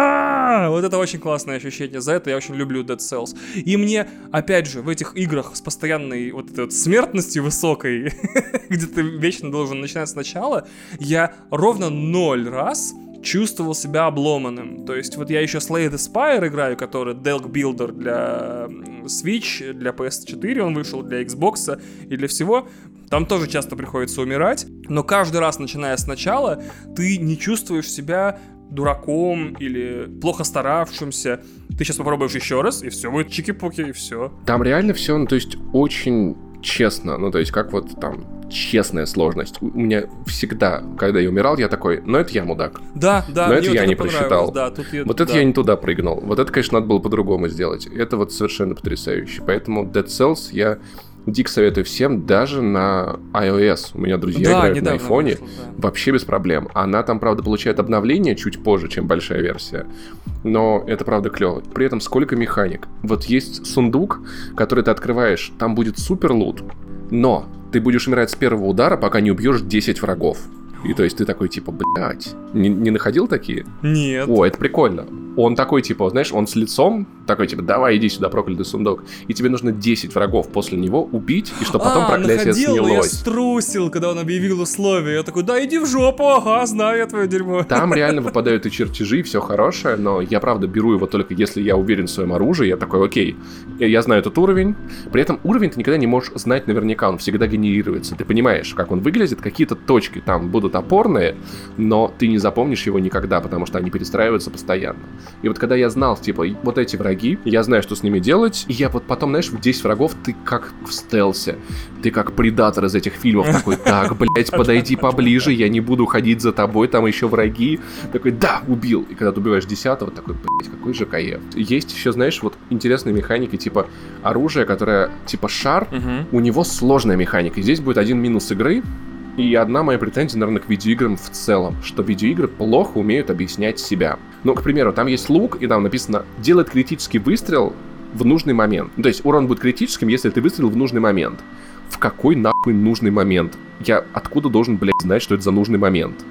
да! Вот это очень классное ощущение, за это я очень люблю Dead Cells. И мне, опять же, в этих играх с постоянной вот этой вот смертностью высокой, где ты вечно должен начинать сначала, я ровно ноль раз чувствовал себя обломанным. То есть вот я еще Slay the Spire играю, который Delk Builder для Switch, для пи эс четыре он вышел, для Xbox и для всего. Там тоже часто приходится умирать, но каждый раз, начиная сначала, ты не чувствуешь себя дураком или плохо старавшимся. Ты сейчас попробуешь еще раз, и все будет чики-пуки, и все. Там реально все, ну то есть очень честно, ну то есть как вот там честная сложность. У меня всегда, когда я умирал, я такой, ну это я мудак. Да, да. Но это я не просчитал. Да, тут я, вот да. это я не туда прыгнул. Вот это, конечно, надо было по-другому сделать. Это вот совершенно потрясающе. Поэтому Dead Cells я дико советую всем, даже на iOS. У меня друзья да, играют на айфоне. Вышло, да. Вообще без проблем. Она там, правда, получает обновление чуть позже, чем большая версия. Но это, правда, клево. При этом сколько механик. Вот есть сундук, который ты открываешь, там будет супер лут, но ты будешь умирать с первого удара, пока не убьешь десять врагов. И то есть ты такой, типа, блядь, не, не находил такие? Нет. О, это прикольно. Он такой, типа, знаешь, он с лицом, такой, типа, давай, иди сюда, проклятый сундук. И тебе нужно десять врагов после него убить, и чтобы потом а, проклятие находил, снялось. Я струсил, когда он объявил условия. Я такой, да иди в жопу, ага, знаю я твое дерьмо. Там реально выпадают и чертежи, все хорошее, но я, правда, беру его только если я уверен в своем оружии. Я такой, окей, я знаю этот уровень. При этом уровень ты никогда не можешь знать наверняка, он всегда генерируется. Ты понимаешь, как он выглядит, какие-то точки там будут опорные, но ты не запомнишь его никогда, потому что они перестраиваются постоянно. И вот когда я знал, типа, вот эти враги, я знаю, что с ними делать, и я вот потом, знаешь, в десять врагов ты как в стелсе, ты как предатор из этих фильмов, такой, так, блять, подойди поближе, я не буду ходить за тобой, там еще враги. Такой, да, убил. И когда ты убиваешь десятого, такой, блять, какой же кайф. Есть еще, знаешь, вот интересные механики, типа оружие, которое, типа шар, угу. у него сложная механика. И здесь будет один минус игры. И одна моя претензия, наверное, к видеоиграм в целом, что видеоигры плохо умеют объяснять себя. Ну, к примеру, там есть лук, и там написано «делает критический выстрел в нужный момент». Ну, то есть урон будет критическим, если ты выстрелил в нужный момент. В какой нахуй нужный момент? Я откуда должен, блядь, знать, что это за нужный момент?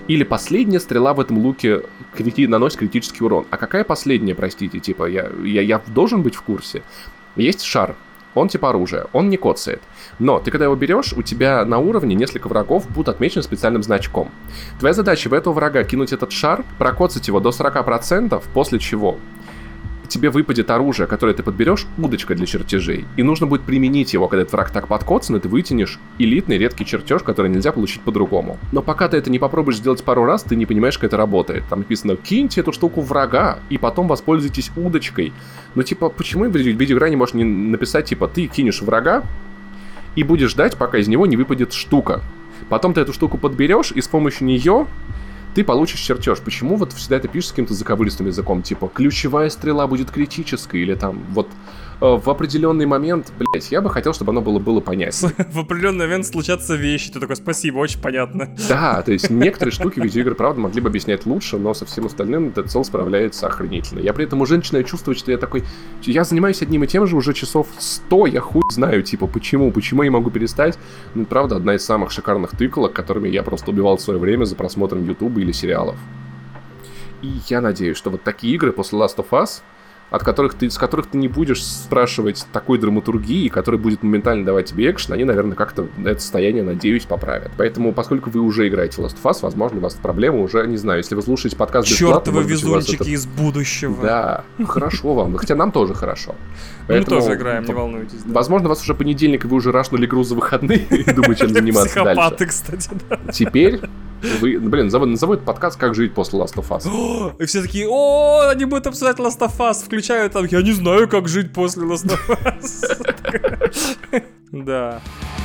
Или последняя стрела в этом луке крити- наносит критический урон. А какая последняя, простите, типа, я, я, я должен быть в курсе? Есть шар, он типа оружие, он не коцает. Но ты когда его берешь, у тебя на уровне несколько врагов будут отмечены специальным значком. Твоя задача в этого врага кинуть этот шар, прокоцать его до сорок процентов, после чего тебе выпадет оружие, которое ты подберешь, удочка для чертежей. И нужно будет применить его, когда этот враг так подкоцан, и ты вытянешь элитный редкий чертеж, который нельзя получить по-другому. Но пока ты это не попробуешь сделать пару раз, ты не понимаешь, как это работает. Там написано: киньте эту штуку в врага, и потом воспользуйтесь удочкой. Ну типа, почему в видеоигре можешь не написать, типа, ты кинешь врага, и будешь ждать, пока из него не выпадет штука. Потом ты эту штуку подберешь, и с помощью нее ты получишь чертеж. Почему вот всегда это пишешь с каким-то заковыристым языком, типа, ключевая стрела будет критической, или там, вот, э, в определенный момент, блять, я бы хотел, чтобы оно было, было понятно. В определенный момент случатся вещи, ты такой: спасибо, очень понятно. Да, то есть некоторые штуки видеоигры, правда, могли бы объяснять лучше, но со всем остальным Dead Cells справляется охренительно. Я при этом уже начинаю чувствовать, что я такой, я занимаюсь одним и тем же уже часов сто, я хуй знаю, типа, почему, почему я могу перестать. Ну, правда, одна из самых шикарных тыкалок, которыми я просто убивал в свое время за просмотром Ютуба или сериалов. И я надеюсь, что вот такие игры после Last of Us, от которых ты, с которых ты не будешь спрашивать такой драматургии, которая будет моментально давать тебе экшен, они, наверное, как-то это состояние, надеюсь, поправят. Поэтому, поскольку вы уже играете в Last of Us, возможно, у вас проблема уже, не знаю, если вы слушаете подкаст бесплатно... Чёртовы везунчики это... из будущего. Да, хорошо вам, хотя нам тоже хорошо. Поэтому, мы тоже играем, не волнуйтесь. Да. Возможно, у вас уже понедельник, и вы уже рашнули игру за выходные и думаете, чем заниматься дальше. Психопаты, кстати, да. Теперь... Вы, блин, назову этот подкаст «Как жить после Last of Us». И все такие: о, они будут обсуждать Last of Us. Включают там: я не знаю, как жить после Last of Us. Да.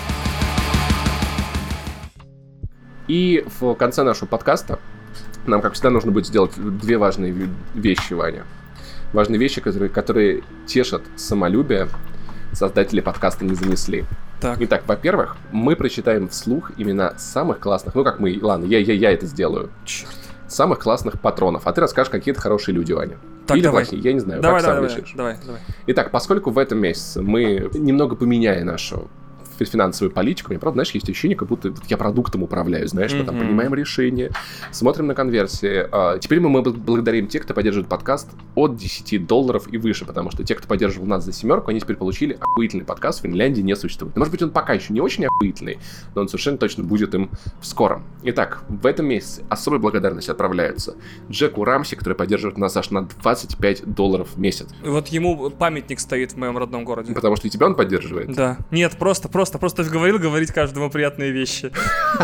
И в конце нашего подкаста нам, как всегда, нужно будет сделать две важные вещи, Ваня. Важные вещи, которые, которые тешат самолюбие создателей подкаста «Не занесли». Так. Итак, во-первых, мы прочитаем вслух имена самых классных, ну как мы, ладно, я, я, я это сделаю. Черт. Самых классных патронов, а ты расскажешь, какие это хорошие люди, Ваня. Так, или давай. плохие, я не знаю, давай, как давай, сам давай, решишь. Давай, давай. Итак, поскольку в этом месяце мы, немного поменяя нашу финансовую политику, мне, правда, знаешь, есть ощущение, как будто я продуктом управляю, знаешь, мы mm-hmm. там принимаем решения, смотрим на конверсии. А, теперь мы, мы благодарим тех, кто поддерживает подкаст от десяти долларов и выше, потому что те, кто поддерживал нас за семерку, они теперь получили охуительный подкаст, в Финляндии не существует. Может быть, он пока еще не очень охуительный, но он совершенно точно будет им в скором. Итак, в этом месяце особая благодарность отправляется Джеку Рамси, который поддерживает нас аж на двадцать пять долларов в месяц. Вот ему памятник стоит в моем родном городе. Потому что и тебя он поддерживает? Да. Нет, просто, просто Просто говорил говорить каждому приятные вещи.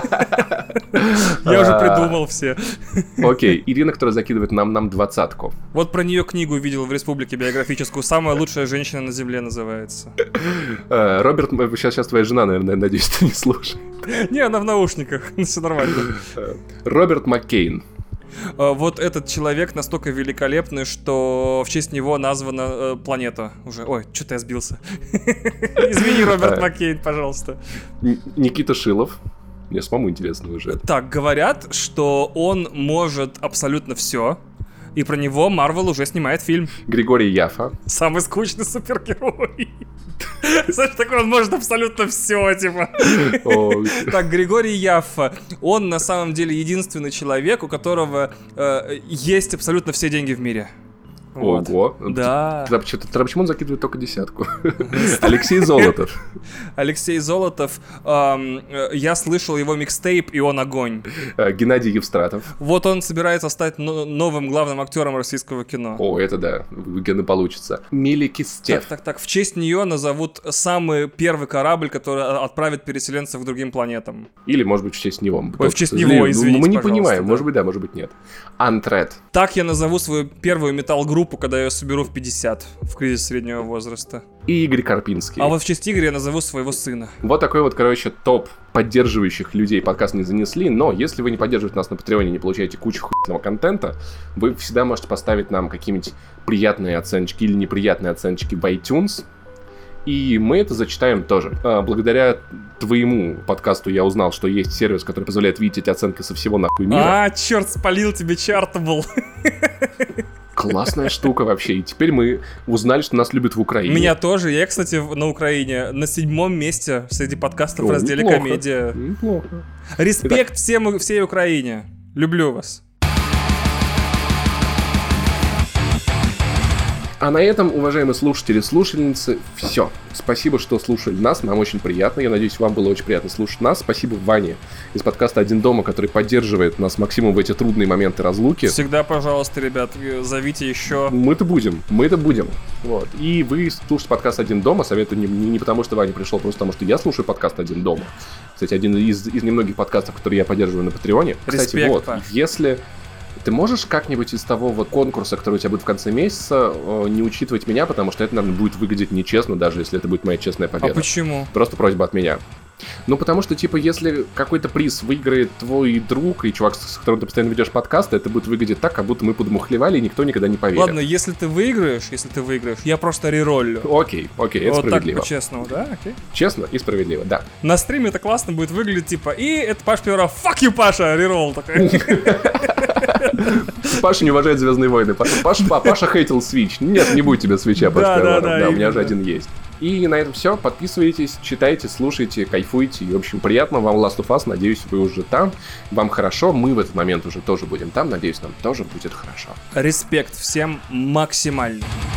Я уже придумал все. Окей, Ирина, которая закидывает нам нам двадцатку. Вот про нее книгу видел в Республике биографическую. «Самая лучшая женщина на земле» называется. Роберт, сейчас, сейчас твоя жена, наверное, надеюсь, ты не слушает. Не, она в наушниках, все нормально. Роберт Маккейн. Вот этот человек настолько великолепный, что в честь него названа э, планета уже. Ой, что-то я сбился. Извини, Роберт Маккейн, пожалуйста. Никита Шилов. Мне самому интересно уже. Так, говорят, что он может абсолютно все. И про него Марвел уже снимает фильм. Григорий Яфа. Самый скучный супергерой. Знаешь, такой он может абсолютно все, типа. Так, Григорий Яффа. Он на самом деле единственный человек, у которого э, есть абсолютно все деньги в мире. Вот. Ого. Да. Тогда почему он закидывает только десятку? Алексей Золотов. Алексей Золотов. Эм, я слышал его микстейп, и он огонь. Геннадий Евстратов. Вот он собирается стать но- новым главным актером российского кино. О, это да. Гена получится. Мили Кистев. Так, так, так. В честь нее назовут самый первый корабль, который отправит переселенцев к другим планетам. Или, может быть, в честь него. Ой, в честь него, извините, мы не пожалуйста, понимаем. да. Может быть, да, может быть, нет. Антред. Так я назову свою первую металл-группу, когда я ее соберу в пятьдесят, в кризис среднего возраста. И Игорь Карпинский. А вот в честь Игоря я назову своего сына. Вот такой вот, короче, топ поддерживающих людей подкаст не занесли. Но если вы не поддерживаете нас на Патреоне, не получаете кучу хуйного контента, вы всегда можете поставить нам какие-нибудь приятные оценочки или неприятные оценочки в iTunes. И мы это зачитаем тоже. А, благодаря твоему подкасту я узнал, что есть сервис, который позволяет видеть эти оценки со всего нахуй мира. А, черт, спалил тебе Чартабл. Классная штука вообще. И теперь мы узнали, что нас любят в Украине. Меня тоже. Я, кстати, на Украине на седьмом месте среди подкастов О, в разделе неплохо. комедия. Неплохо. Респект всем, всей Украине. Люблю вас. А на этом, уважаемые слушатели и слушательницы, все. Спасибо, что слушали нас, нам очень приятно. Я надеюсь, вам было очень приятно слушать нас. Спасибо Ване из подкаста «Один дома», который поддерживает нас максимум в эти трудные моменты разлуки. Всегда, пожалуйста, ребят, зовите еще. Мы-то будем, мы-то будем. Вот. И вы слушаете подкаст «Один дома». Советую не, не потому, что Ваня пришел, просто потому, что я слушаю подкаст «Один дома». Кстати, один из, из немногих подкастов, которые я поддерживаю на Патреоне. Кстати, Респект, вот, Паш. если... Ты можешь как-нибудь из того вот конкурса, который у тебя будет в конце месяца, не учитывать меня, потому что это, наверное, будет выглядеть нечестно, даже если это будет моя честная победа. А почему? Просто просьба от меня. Ну, потому что, типа, если какой-то приз выиграет твой друг и чувак, с которым ты постоянно ведешь подкасты, это будет выглядеть так, как будто мы подмухлевали, и никто никогда не поверит. Ладно, если ты выиграешь, если ты выиграешь, я просто рероллю. Окей, окей, это вот справедливо. Так по-честному, да? Окей. Честно и справедливо, да. На стриме это классно будет выглядеть, типа, и это Паш Пивоваров, fuck you, Паша, реролл такой. Паша не уважает Звездные войны. Паша, Паша, Паша хейтил Switch. Нет, не будет тебе свитча, Паша Да, Пивоваров. да, да, Да, у меня именно. же один есть. И на этом все. Подписывайтесь, читайте, слушайте, кайфуйте. И, в общем, приятно вам Last of Us. Надеюсь, вы уже там. Вам хорошо. Мы в этот момент уже тоже будем там. Надеюсь, нам тоже будет хорошо. Респект всем максимальный.